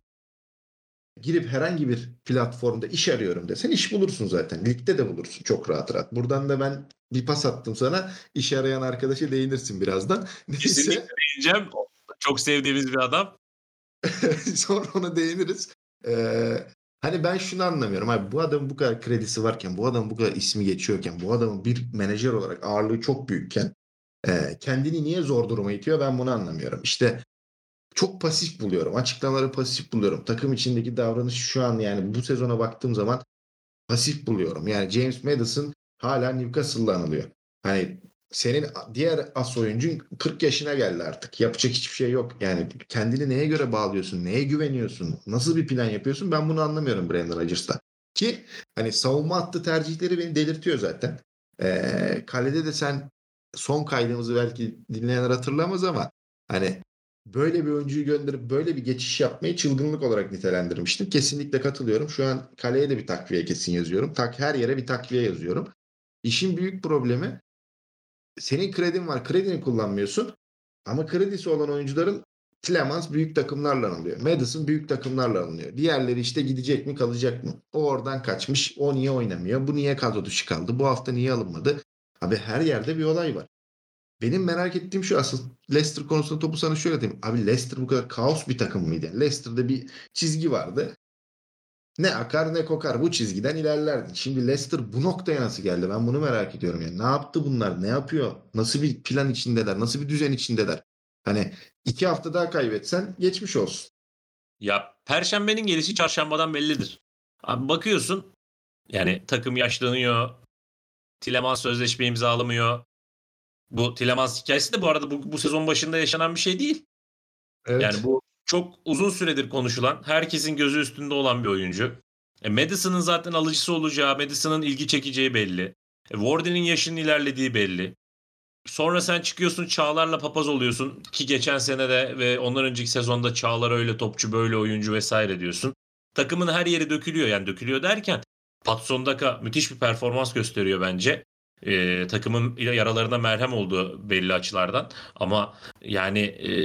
girip herhangi bir platformda iş arıyorum desen iş bulursun zaten. Ligde de bulursun çok rahat rahat. Buradan da ben bir pas attım sana. İş arayan arkadaşa değinirsin birazdan. Kesinlikle Neyse değineceğim. Çok sevdiğimiz bir adam. sonra ona değiniriz. Hani ben şunu anlamıyorum. Abi bu adamın bu kadar kredisi varken, bu adamın bu kadar ismi geçiyorken, bu adamın bir menajer olarak ağırlığı çok büyükken kendini niye zor duruma itiyor ben bunu anlamıyorum. İşte çok pasif buluyorum. Açıklamaları pasif buluyorum. Takım içindeki davranış şu an yani bu sezona baktığım zaman pasif buluyorum. Yani James Maddison hala Newcastle'la anılıyor. Hani senin diğer as oyuncun 40 yaşına geldi artık. Yapacak hiçbir şey yok. Yani kendini neye göre bağlıyorsun? Neye güveniyorsun? Nasıl bir plan yapıyorsun? Ben bunu anlamıyorum Brendan Rodgers'ta. Ki hani savunma hattı tercihleri beni delirtiyor zaten. Kalede de sen son kaydımızı belki dinleyenler hatırlamaz ama hani böyle bir oyuncuyu gönderip böyle bir geçiş yapmayı çılgınlık olarak nitelendirmiştim. Kesinlikle katılıyorum. Şu an kaleye de bir takviye kesin yazıyorum. Her yere bir takviye yazıyorum. İşin büyük problemi senin kredin var. Kredini kullanmıyorsun. Ama kredisi olan oyuncuların Tielemans büyük takımlarla alınıyor. Madison büyük takımlarla alınıyor. Diğerleri işte gidecek mi kalacak mı? O oradan kaçmış. O niye oynamıyor? Bu niye kadro dışı kaldı? Bu hafta niye alınmadı? Abi her yerde bir olay var. Benim merak ettiğim şu asıl Leicester konusunda topu sana şöyle diyeyim. Abi Leicester bu kadar kaos bir takım mıydı? Yani Leicester'da bir çizgi vardı. Ne akar ne kokar bu çizgiden ilerlerdi. Şimdi Leicester bu noktaya nasıl geldi? Ben bunu merak ediyorum yani. Ne yaptı bunlar? Ne yapıyor? Nasıl bir plan içindeler? Nasıl bir düzen içindeler? Hani 2 hafta daha kaybetsen geçmiş olsun. Ya Perşembenin gelişi çarşambadan bellidir. Abi bakıyorsun yani takım yaşlanıyor. Tielemans sözleşme imzalamıyor. Bu Tielemans hikayesi de bu arada bu sezon başında yaşanan bir şey değil. Yani Evet. bu çok uzun süredir konuşulan, herkesin gözü üstünde olan bir oyuncu. Madison'ın zaten alıcısı olacağı, Madison'ın ilgi çekeceği belli. Wardy'nin yaşının ilerlediği belli. Sonra sen çıkıyorsun Çağlar'la papaz oluyorsun ki geçen sene de ve ondan önceki sezonda Çağlar öyle topçu böyle oyuncu vesaire diyorsun. Takımın her yeri dökülüyor yani dökülüyor derken Patson Daka müthiş bir performans gösteriyor bence. Takımın yaralarına merhem olduğu belli açılardan ama yani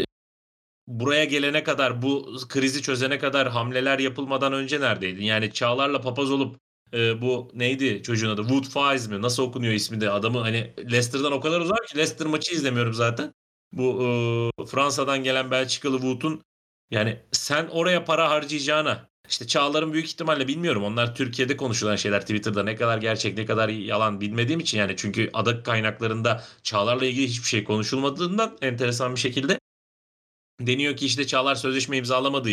buraya gelene kadar bu krizi çözene kadar hamleler yapılmadan önce neredeydin? Yani Çağlar'la papaz olup bu neydi çocuğun adı? Wood Faiz mi? Nasıl okunuyor ismi de? Adamı hani Leicester'dan o kadar uzak ki Leicester maçı izlemiyorum zaten. Bu Fransa'dan gelen Belçikalı Wood'un yani sen oraya para harcayacağına işte Çağlar'ın büyük ihtimalle bilmiyorum. Onlar Türkiye'de konuşulan şeyler Twitter'da ne kadar gerçek ne kadar yalan bilmediğim için yani çünkü adak kaynaklarında Çağlar'la ilgili hiçbir şey konuşulmadığından enteresan bir şekilde deniyor ki işte Çağlar sözleşme imzalamadığı için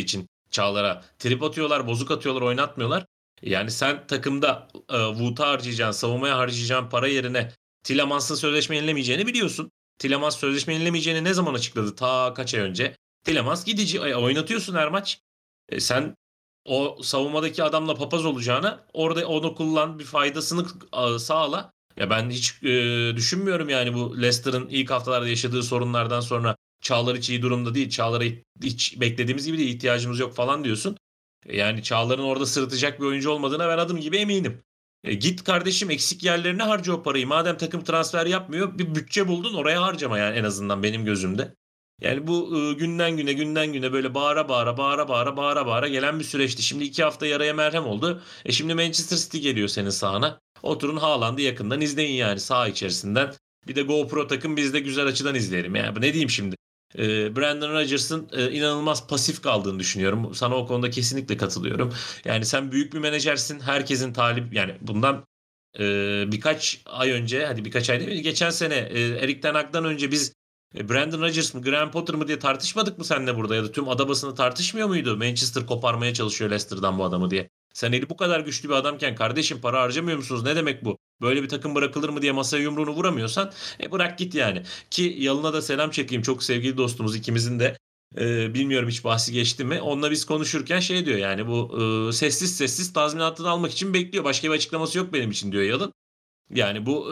Çağlar'a. Trip atıyorlar, bozuk atıyorlar, oynatmıyorlar. Yani sen takımda Wood'a harcayacağın, savunmaya harcayacağın para yerine Tielemans'ın sözleşme yenilemeyeceğini biliyorsun. Tielemans sözleşme yenilemeyeceğini ne zaman açıkladı? Ta kaç ay önce. Tielemans gidici. Oynatıyorsun her maç. Sen o savunmadaki adamla papaz olacağına orada onu kullan, bir faydasını sağla. Ya ben hiç düşünmüyorum yani bu Leicester'ın ilk haftalarda yaşadığı sorunlardan sonra Çağlar hiç iyi durumda değil. Çağlar'a hiç beklediğimiz gibi değil, ihtiyacımız yok falan diyorsun. Yani Çağlar'ın orada sırıtacak bir oyuncu olmadığına ben adım gibi eminim. Git kardeşim eksik yerlerine harca o parayı. Madem takım transfer yapmıyor, bir bütçe buldun oraya harcama yani en azından benim gözümde. Yani bu günden güne böyle bağıra bağıra gelen bir süreçti. Şimdi 2 hafta yaraya merhem oldu. Şimdi Manchester City geliyor senin sahana. Oturun Haaland'ı yakından izleyin yani saha içerisinden. Bir de GoPro takım biz de güzel açıdan izleyelim. Yani ne diyeyim şimdi? Brandon Rodgers'ın inanılmaz pasif kaldığını düşünüyorum. Sana o konuda kesinlikle katılıyorum. Yani sen büyük bir menajersin. Herkesin talip yani bundan birkaç ay önce, hadi birkaç ay değil, geçen sene Erik Ten Hag'dan önce biz Brandon Rodgers mı, Graham Potter mı diye tartışmadık mı seninle burada, ya da tüm ada basını tartışmıyor muydu? Manchester koparmaya çalışıyor Leicester'dan bu adamı diye. Sen eli bu kadar güçlü bir adamken kardeşim para harcamıyor musunuz? Ne demek bu? Böyle bir takım bırakılır mı diye masaya yumruğunu vuramıyorsan bırak git yani. Ki Yalın'a da selam çekeyim. Çok sevgili dostumuz, ikimizin de bilmiyorum hiç bahsi geçti mi? Onunla biz konuşurken şey diyor yani bu sessiz sessiz tazminatını almak için bekliyor. Başka bir açıklaması yok benim için diyor Yalın. Yani bu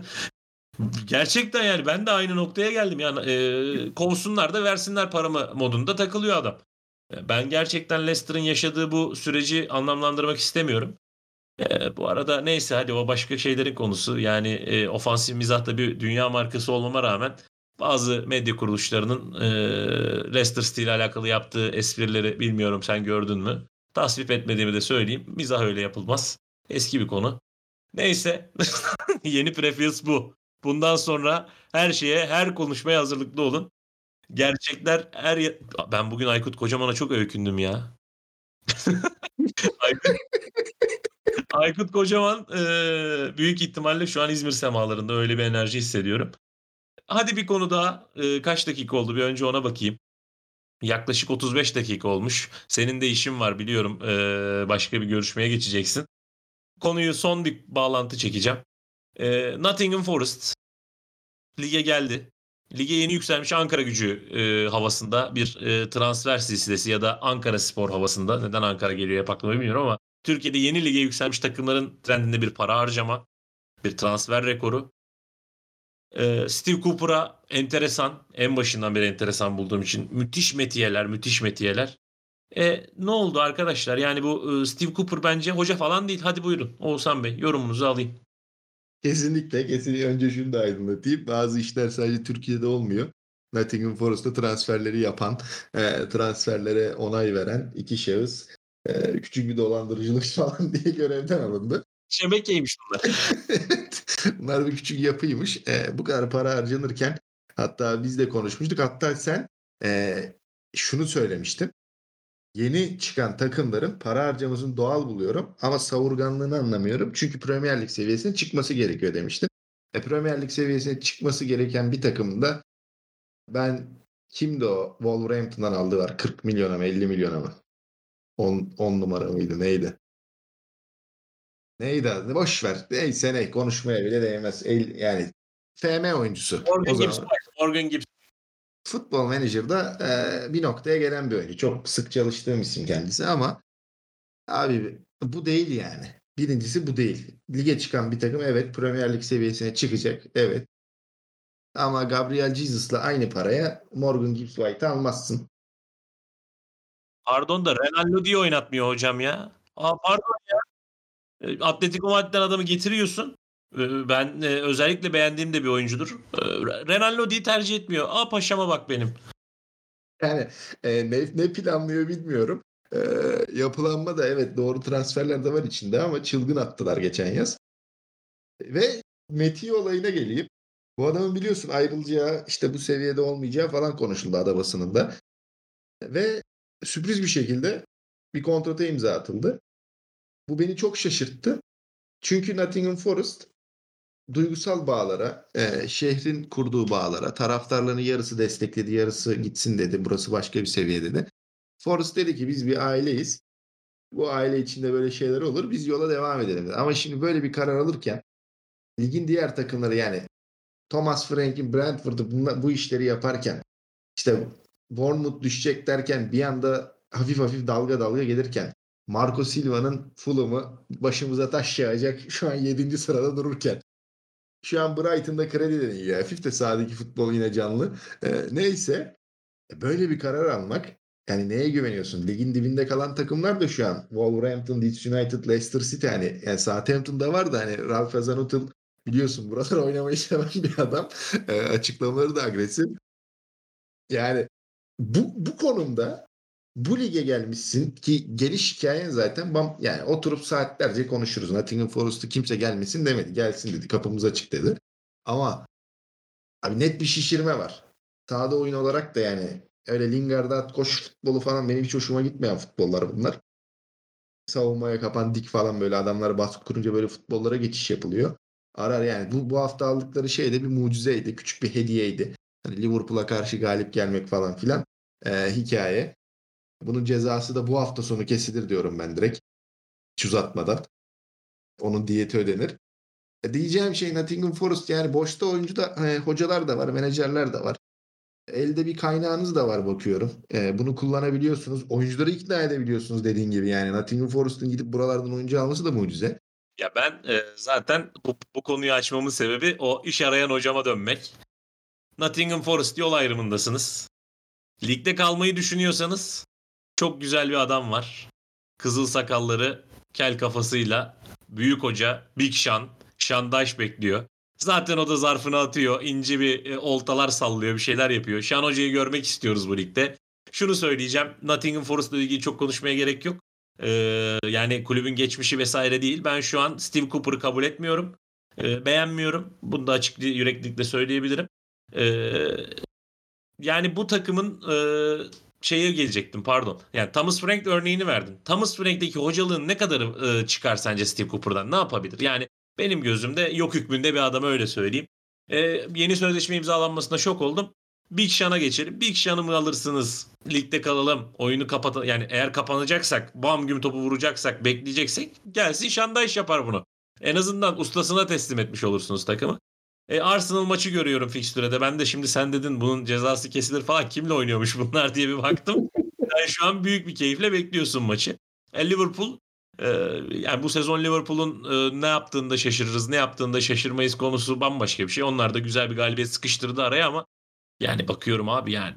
gerçekten yani ben de aynı noktaya geldim. Yani kovsunlar da versinler paramı modunda takılıyor adam. Ben gerçekten Leicester'ın yaşadığı bu süreci anlamlandırmak istemiyorum. Bu arada neyse hadi o başka şeylerin konusu. Yani ofansif mizahta bir dünya markası olmama rağmen bazı medya kuruluşlarının Leicester City ile alakalı yaptığı esprileri bilmiyorum sen gördün mü? Tasvip etmediğimi de söyleyeyim. Mizah öyle yapılmaz. Eski bir konu. Neyse. Yeni Prefix bu. Bundan sonra her şeye, her konuşmaya hazırlıklı olun. Gerçekler ben bugün Aykut Kocaman'a çok öykündüm ya. Aykut, Aykut Kocaman büyük ihtimalle şu an İzmir semalarında, öyle bir enerji hissediyorum. Hadi bir konu daha. Kaç dakika oldu? Bir önce ona bakayım. Yaklaşık 35 dakika olmuş. Senin de işin var biliyorum. Başka bir görüşmeye geçeceksin. Konuyu son bir bağlantı çekeceğim. Nottingham Forest lige geldi. Lige yeni yükselmiş Ankaragücü havasında bir transfer silsilesi, ya da Ankaraspor havasında. Neden Ankara geliyor hep aklıma bilmiyorum ama Türkiye'de yeni lige yükselmiş takımların trendinde bir para harcama, bir transfer rekoru. Steve Cooper'a enteresan, en başından beri enteresan bulduğum için müthiş metiyeler, müthiş metiyeler. Ne oldu arkadaşlar? Yani bu Steve Cooper bence hoca falan değil. Hadi buyurun Oğuzhan Bey, yorumunuzu alayım. Kesinlikle. Önce şunu da aydınlatayım. Bazı işler sadece Türkiye'de olmuyor. Nottingham Forest'ta transferleri yapan, transferlere onay veren iki şahıs küçük bir dolandırıcılık falan diye görevden alındı. Şebekeymiş bunlar. Evet, bunlar bir küçük yapıymış. Bu kadar para harcanırken, hatta biz de konuşmuştuk. Hatta sen e, şunu söylemiştin. Yeni çıkan takımların para harcamasını doğal buluyorum ama savurganlığını anlamıyorum. Çünkü Premier Lig seviyesine çıkması gerekiyor demiştin. Premier Lig seviyesine çıkması gereken bir takımın da ben, kimdi o? Wolverhampton'dan aldığı var. 40 milyona mı 50 milyona mı? 10 numara mıydı neydi? Neydi adı? Boş ver. Neyse ne, konuşmaya bile değmez. Yani FM oyuncusu. O Morgan Gibbs zaman var. Morgan Gibbs. Futbol Manager'da bir noktaya gelen bir oyuncu. Çok sık çalıştığım isim kendisi ama abi bu değil yani. Birincisi bu değil. Lige çıkan bir takım evet Premier Lig seviyesine çıkacak. Evet. Ama Gabriel Jesus'la aynı paraya Morgan Gibbs White'ı almazsın. Pardon da Ronaldo diye oynatmıyor hocam ya. Pardon. Atletico Madrid'den adamı getiriyorsun. Ben özellikle beğendiğim de bir oyuncudur. Ronaldo diye tercih etmiyor. Paşama bak benim. Yani ne planlıyor bilmiyorum. Yapılanma da evet doğru transferler de var içinde ama çılgın attılar geçen yaz. Ve Meti olayına geleyim. Bu adamın biliyorsun ayrılacağı, işte bu seviyede olmayacağı falan konuşuldu ada basınında. Ve sürpriz bir şekilde bir kontrata imza atıldı. Bu beni çok şaşırttı. Çünkü Nottingham Forest duygusal bağlara, şehrin kurduğu bağlara, taraftarlarının yarısı destekledi, yarısı gitsin dedi. Burası başka bir seviye dedi. Forest dedi ki biz bir aileyiz. Bu aile içinde böyle şeyler olur. Biz yola devam edelim dedi. Ama şimdi böyle bir karar alırken ligin diğer takımları yani Thomas Frank'in Brentford'u bu işleri yaparken işte Bournemouth düşecek derken bir anda hafif hafif dalga dalga gelirken Marco Silva'nın Fulham'ı başımıza taş yağacak şu an 7. sırada dururken şu an Brighton'da kredi de yiyor. Hafif de sahadaki futbol yine canlı. Neyse böyle bir karar almak yani neye güveniyorsun? Ligin dibinde kalan takımlar da şu an Wolverhampton, Leeds United, Leicester City yani Southampton'da var da hani Ralph Hasenhüttl biliyorsun buralar oynamayı seven bir adam. Açıklamaları da agresif. Yani bu konumda bu lige gelmişsin ki geliş hikayen zaten yani oturup saatlerce konuşuruz. Nottingham Forest'ı kimse gelmesin demedi. Gelsin dedi. Kapımız açık dedi. Ama abi net bir şişirme var. Sahada oyun olarak da yani öyle Lingard'a at koş futbolu falan benim hiç hoşuma gitmeyen futbollar bunlar. Savunmaya kapan dik falan böyle adamlar baskı kurunca böyle futbollara geçiş yapılıyor. Arar yani bu hafta aldıkları şey de bir mucizeydi. Küçük bir hediyeydi. Hani Liverpool'a karşı galip gelmek falan filan hikaye. Bunun cezası da bu hafta sonu kesilir diyorum ben direkt. Hiç uzatmadan. Onun diyeti ödenir. Diyeceğim şey Nottingham Forest yani boşta oyuncu da hocalar da var, menajerler de var. Elde bir kaynağınız da var bakıyorum. Bunu kullanabiliyorsunuz. Oyuncuları ikna edebiliyorsunuz dediğin gibi yani. Nottingham Forest'ın gidip buralardan oyuncu alması da mucize. Ya ben zaten bu konuyu açmamın sebebi o iş arayan hocama dönmek. Nottingham Forest yol ayrımındasınız. Ligde kalmayı düşünüyorsanız çok güzel bir adam var. Kızıl sakalları, kel kafasıyla büyük hoca Big Sean, Şandaş bekliyor. Zaten o da zarfını atıyor. İnce bir oltalar sallıyor. Bir şeyler yapıyor. Şan Hoca'yı görmek istiyoruz bu ligde. Şunu söyleyeceğim. Nottingham Forest'la ilgili çok konuşmaya gerek yok. Yani kulübün geçmişi vesaire değil. Ben şu an Steve Cooper'ı kabul etmiyorum. Beğenmiyorum. Bunu da açık yüreklilikle söyleyebilirim. Ee, Yani bu takımın şeye gelecektim pardon. Yani Thomas Frank örneğini verdin. Thomas Frank'teki hocalığın ne kadarı çıkar sence Steve Cooper'dan? Ne yapabilir? Yani benim gözümde yok hükmünde bir adam öyle söyleyeyim. Yeni sözleşme imzalanmasına şok oldum. Big Sean'a geçelim. Big Sean'ı mı alırsınız? Ligde kalalım. Oyunu kapat yani eğer kapanacaksak, bam gibi topu vuracaksak, bekleyeceksek gelsin Şandaş yapar bunu. En azından ustasına teslim etmiş olursunuz takımı. Arsenal maçı görüyorum fikstürede. Ben de şimdi sen dedin bunun cezası kesilir falan. Kimle oynuyormuş bunlar diye bir baktım. Yani şu an büyük bir keyifle bekliyorsun maçı. Liverpool e, yani bu sezon Liverpool'un ne yaptığında şaşırırız, ne yaptığında şaşırmayız konusu bambaşka bir şey. Onlar da güzel bir galibiyet sıkıştırdı araya ama yani bakıyorum abi yani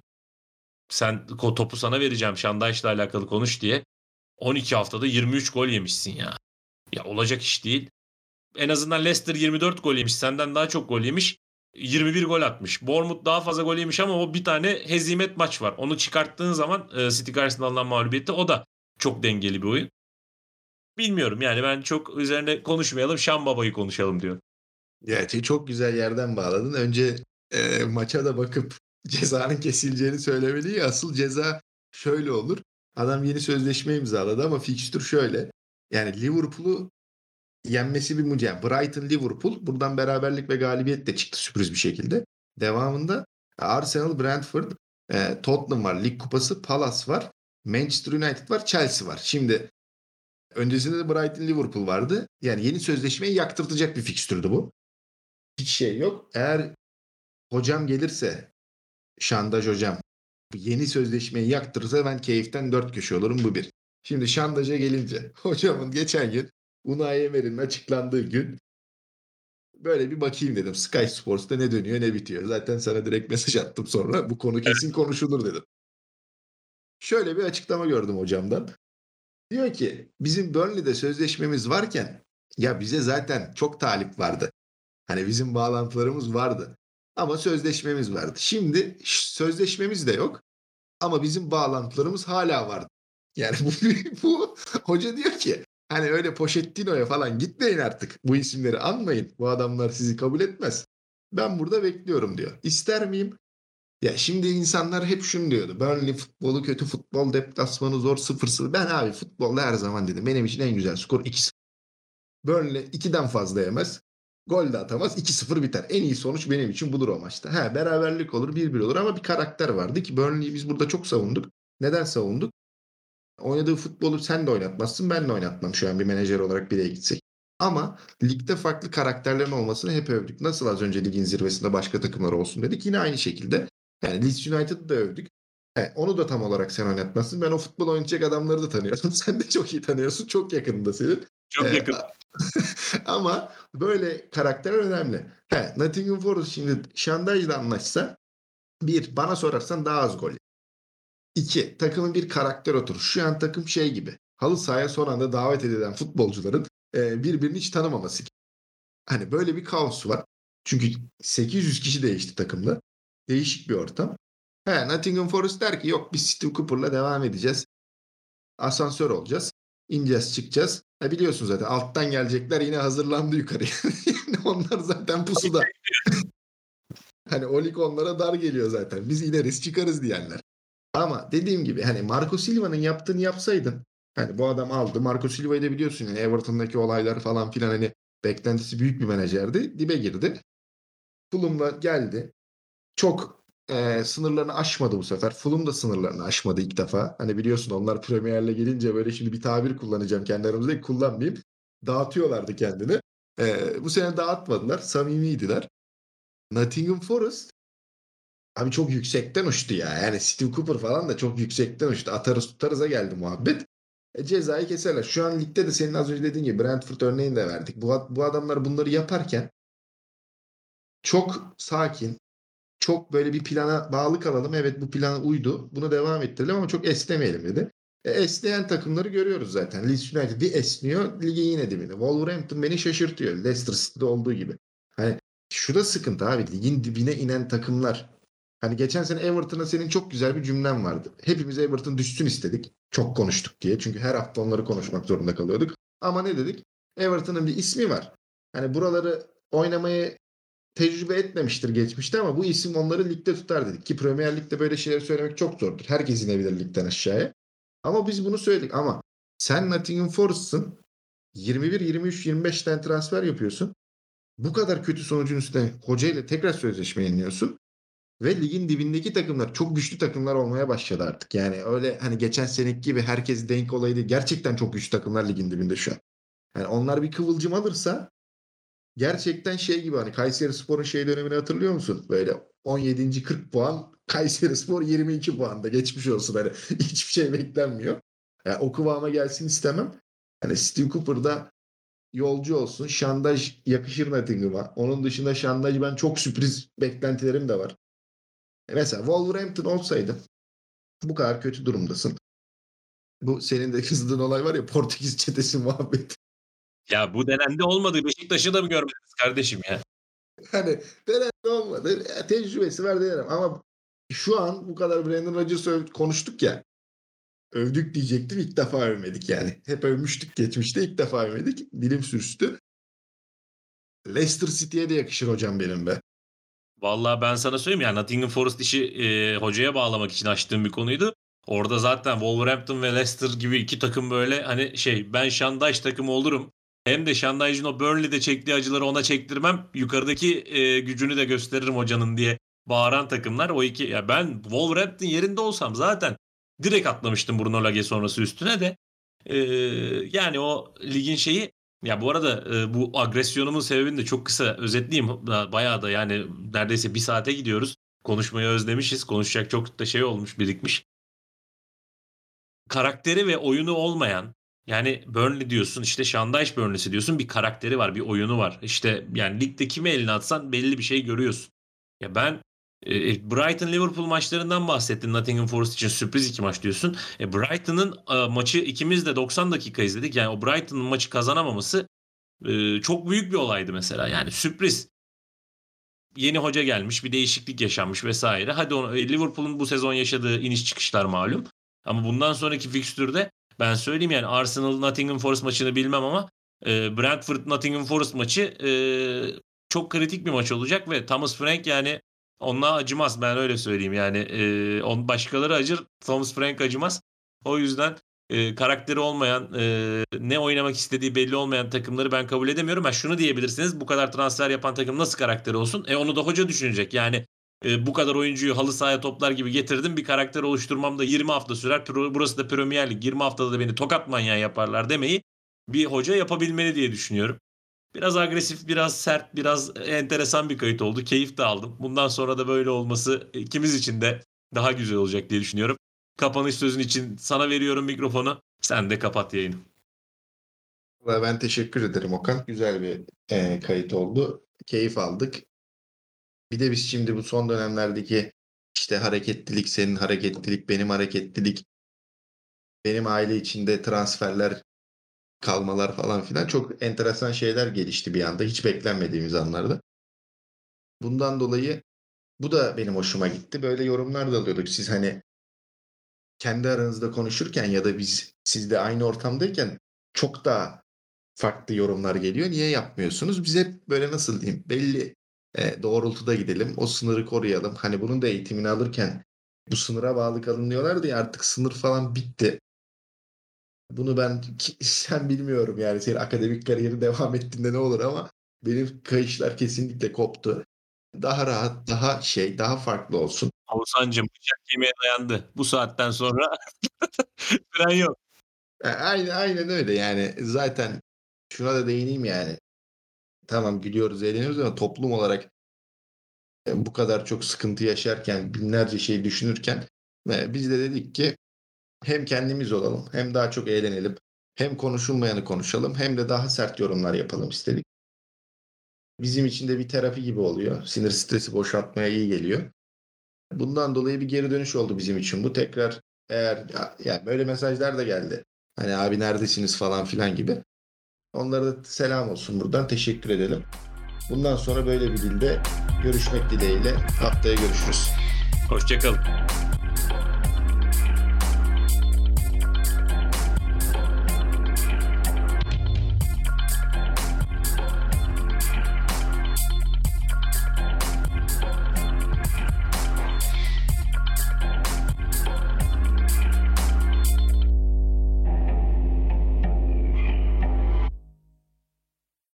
sen topu sana vereceğim Şandayş'la alakalı konuş diye. 12 haftada 23 gol yemişsin ya. Ya olacak iş değil. En azından Leicester 24 gol yemiş. Senden daha çok gol yemiş. 21 gol atmış. Bournemouth daha fazla gol yemiş ama o bir tane hezimet maç var. Onu çıkarttığın zaman City karşısında alınan mağlubiyette o da çok dengeli bir oyun. Bilmiyorum yani ben çok üzerine konuşmayalım. Şam Baba'yı konuşalım diyor. Gerçi çok güzel yerden bağladın. Önce maça da bakıp cezanın kesileceğini söylemeli. Asıl ceza şöyle olur. Adam yeni sözleşme imzaladı ama fikstür şöyle. Yani Liverpool'u yenmesi bir mucize. Yani Brighton Liverpool buradan beraberlik ve galibiyet de çıktı sürpriz bir şekilde. Devamında Arsenal Brentford, Tottenham var, Lig Kupası, Palace var, Manchester United var, Chelsea var. Şimdi öncesinde de Brighton Liverpool vardı. Yani yeni sözleşmeyi yaktırtacak bir fikstürdü bu. Hiç şey yok. Eğer hocam gelirse Şandaj hocam bu yeni sözleşmeyi yaktırırsa ben keyiften dört köşe olurum bu bir. Şimdi Şandaj'a gelince hocamın geçen gün Unai Emery'nin açıklandığı gün böyle bir bakayım dedim. Sky Sports'ta ne dönüyor ne bitiyor. Zaten sana direkt mesaj attım sonra. Bu konu kesin konuşulur dedim. Şöyle bir açıklama gördüm hocamdan. Diyor ki bizim Burnley'de sözleşmemiz varken ya bize zaten çok talip vardı. Hani bizim bağlantılarımız vardı. Ama sözleşmemiz vardı. Şimdi sözleşmemiz de yok. Ama bizim bağlantılarımız hala vardı. Yani bu hoca diyor ki hani öyle Pochettino'ya falan gitmeyin artık. Bu isimleri anmayın. Bu adamlar sizi kabul etmez. Ben burada bekliyorum diyor. İster miyim? Ya şimdi insanlar hep şunu diyordu. Burnley futbolu kötü futbol deplasmanı zor 0-0. Ben abi futbolda her zaman dedim. Benim için en güzel skor 2-0. Burnley 2'den fazla yemez. Gol de atamaz. 2-0 biter. En iyi sonuç benim için budur o maçta. Beraberlik olur 1-1 olur ama bir karakter vardı ki Burnley'i biz burada çok savunduk. Neden savunduk? oynadığı futbolu sen de oynatmazsın, ben de oynatmam şu an bir menajer olarak bile gitsek. Ama ligde farklı karakterlerin olmasını hep övdük. Nasıl az önce ligin zirvesinde başka takımlar olsun dedik. Yine aynı şekilde. Yani Leeds United'ı da övdük. Onu da tam olarak sen oynatmazsın. Ben o futbol oynayacak adamları da tanıyorum. Sen de çok iyi tanıyorsun. Çok yakınında senin. Çok yakın. Ama böyle karakter önemli. Nottingham Forest şimdi Şanday'la anlaşsa bana sorarsan daha az gol. 2. Takımın bir karakter oturur. Şu an takım şey gibi. Halı sahaya son anda davet edilen futbolcuların birbirini hiç tanımaması gibi. Hani böyle bir kaos var. Çünkü 800 kişi değişti takımda. Değişik bir ortam. Nottingham Forest der ki yok biz Steve Cooper'la devam edeceğiz. Asansör olacağız. İneceğiz çıkacağız. Biliyorsun zaten alttan gelecekler yine hazırlandı yukarıya. Onlar zaten pusuda. Hani o lig onlara dar geliyor zaten. Biz ineriz çıkarız diyenler. Ama dediğim gibi hani Marco Silva'nın yaptığını yapsaydın hani bu adam aldı. Marco Silva'yı da biliyorsun yani Everton'daki olaylar falan filan hani beklentisi büyük bir menajerdi. Dibe girdi. Fulham'la geldi. Çok sınırlarını aşmadı bu sefer. Fulham da sınırlarını aşmadı ilk defa. Hani biliyorsun onlar Premier Lig'e gelince böyle şimdi bir tabir kullanacağım kendi aramızda kullanmayayım. Dağıtıyorlardı kendini. Bu sene dağıtmadılar. Samimiydiler. Nottingham Forest abi çok yüksekten uçtu ya. Yani Steve Cooper falan da çok yüksekten uçtu. Atarız tutarız'a geldi muhabbet. Cezayı keserler. Şu an ligde de senin az önce dediğin gibi Brentford örneğini de verdik. Bu adamlar bunları yaparken çok sakin, çok böyle bir plana bağlı kalalım. Evet bu plana uydu. Bunu devam ettirelim ama çok esnemeyelim dedi. Esneyen takımları görüyoruz zaten. Leeds United bir esniyor. Ligin yine dibinde. Wolverhampton beni şaşırtıyor. Leicester City'de olduğu gibi. Hani şu da sıkıntı abi. Ligin dibine inen takımlar. Hani geçen sene Everton'a senin çok güzel bir cümlen vardı. Hepimiz Everton düşsün istedik. Çok konuştuk diye. Çünkü her hafta onları konuşmak zorunda kalıyorduk. Ama ne dedik? Everton'ın bir ismi var. Hani buraları oynamayı tecrübe etmemiştir geçmişte ama bu isim onları ligde tutar dedik. Ki Premier Lig'de böyle şeyleri söylemek çok zordur. Herkes inebilir ligden aşağıya. Ama biz bunu söyledik. Ama sen Nottingham Forest'sın. 21, 23, 25 tane transfer yapıyorsun. Bu kadar kötü sonucun üstüne hocayla tekrar sözleşme yeniliyorsun. Ve ligin dibindeki takımlar çok güçlü takımlar olmaya başladı artık. Yani öyle hani geçen seneki gibi herkes denk olayı değil. Gerçekten çok güçlü takımlar ligin dibinde şu an. Yani onlar bir kıvılcım alırsa gerçekten şey gibi hani Kayserispor'un şey dönemini hatırlıyor musun? Böyle 17. 40 puan Kayserispor 22 puanda geçmiş olsun hani hiçbir şey beklenmiyor. Yani o kıvama gelsin istemem. Hani Steve Cooper'da yolcu olsun. Şandaj yakışır Nottingham'a. Onun dışında Şandaj ben çok sürpriz beklentilerim de var. Mesela Wolverhampton olsaydı bu kadar kötü durumdasın. Bu senin de kızdığın olay var ya Portekiz çetesi muhabbeti. Ya bu denendi olmadı. Beşiktaş'ı da mı görmediniz kardeşim ya? Hani denendi olmadı. Tecrübesi var denerim ama şu an bu kadar Brandon Rodgers'ı konuştuk ya. Övdük diyecektim ilk defa övmedik yani. Hep övmüştük geçmişte ilk defa övmedik. Dilim sürçtü. Leicester City'ye de yakışır hocam benim be. Vallahi ben sana söyleyeyim ya Nottingham Forest işi hocaya bağlamak için açtığım bir konuydu. Orada zaten Wolverhampton ve Leicester gibi iki takım böyle hani ben Şandaj takımı olurum. Hem de Şandaj'ın o Burnley'de çektiği acıları ona çektirmem. Yukarıdaki gücünü de gösteririm hocanın diye bağıran takımlar. O iki ya ben Wolverhampton yerinde olsam zaten direkt atlamıştım Bruno Lage sonrası üstüne de. E, Yani o ligin şeyi ya bu arada bu agresyonumun sebebini de çok kısa özetleyeyim. Bayağı da yani neredeyse bir saate gidiyoruz. Konuşmayı özlemişiz. Konuşacak çok da şey olmuş, birikmiş. Karakteri ve oyunu olmayan yani Burnley diyorsun işte Şandaş Burnley'si diyorsun bir karakteri var, bir oyunu var. İşte yani ligde kime eline atsan belli bir şey görüyorsun. Ya ben Brighton Liverpool maçlarından bahsettin. Nottingham Forest için sürpriz iki maç diyorsun. Brighton'ın maçı ikimiz de 90 dakika izledik. Yani o Brighton'ın maçı kazanamaması çok büyük bir olaydı mesela. Yani sürpriz. Yeni hoca gelmiş, bir değişiklik yaşanmış vesaire. Hadi Liverpool'un bu sezon yaşadığı iniş çıkışlar malum. Ama bundan sonraki fikstürde ben söyleyeyim yani Arsenal Nottingham Forest maçını bilmem ama Brentford Nottingham Forest maçı çok kritik bir maç olacak ve Thomas Frank yani onunla acımaz, ben öyle söyleyeyim yani başkaları acır, Thomas Frank acımaz. O yüzden karakteri olmayan, ne oynamak istediği belli olmayan takımları ben kabul edemiyorum. Şunu diyebilirsiniz, bu kadar transfer yapan takım nasıl karakteri olsun? Onu da hoca düşünecek. Yani Bu kadar oyuncuyu halı sahaya toplar gibi getirdim. Bir karakter oluşturmam da 20 hafta sürer. Burası da Premier Lig. 20 haftada da beni tokat manyağı yaparlar demeyi bir hoca yapabilmeli diye düşünüyorum. Biraz agresif, biraz sert, biraz enteresan bir kayıt oldu. Keyif de aldım. Bundan sonra da böyle olması ikimiz için de daha güzel olacak diye düşünüyorum. Kapanış sözün için sana veriyorum mikrofonu. Sen de kapat yayını. Vallahi ben teşekkür ederim Okan. Güzel bir kayıt oldu. Keyif aldık. Bir de biz şimdi bu son dönemlerdeki işte hareketlilik, senin hareketlilik, benim hareketlilik, benim aile içinde transferler, kalmalar falan filan çok enteresan şeyler gelişti bir anda. Hiç beklenmediğimiz anlarda. Bundan dolayı bu da benim hoşuma gitti. Böyle yorumlar da alıyorduk. Siz hani kendi aranızda konuşurken ya da biz sizle aynı ortamdayken çok daha farklı yorumlar geliyor. Niye yapmıyorsunuz? Biz hep böyle nasıl diyeyim belli doğrultuda gidelim. O sınırı koruyalım. Hani bunun da eğitimini alırken bu sınıra bağlı kalın diyorlardı ya artık sınır falan bitti. Bunu sen bilmiyorum yani senin akademik kariyeri devam ettiğinde ne olur ama benim kayışlar kesinlikle koptu. Daha rahat, daha farklı olsun. Oğuzhan'cığım bıçak kemiğe dayandı. Bu saatten sonra fren yok. Aynen öyle yani zaten şuna da değineyim yani. Tamam gülüyoruz, eğleniyoruz ama toplum olarak bu kadar çok sıkıntı yaşarken, binlerce şey düşünürken biz de dedik ki hem kendimiz olalım, hem daha çok eğlenelim, hem konuşulmayanı konuşalım, hem de daha sert yorumlar yapalım istedik. Bizim için de bir terapi gibi oluyor. Sinir stresi boşaltmaya iyi geliyor. Bundan dolayı bir geri dönüş oldu bizim için. Bu tekrar eğer yani böyle mesajlar da geldi. Hani abi neredesiniz falan filan gibi. Onlara da selam olsun buradan. Teşekkür edelim. Bundan sonra böyle bir dilde görüşmek dileğiyle. Haftaya görüşürüz. Hoşçakalın.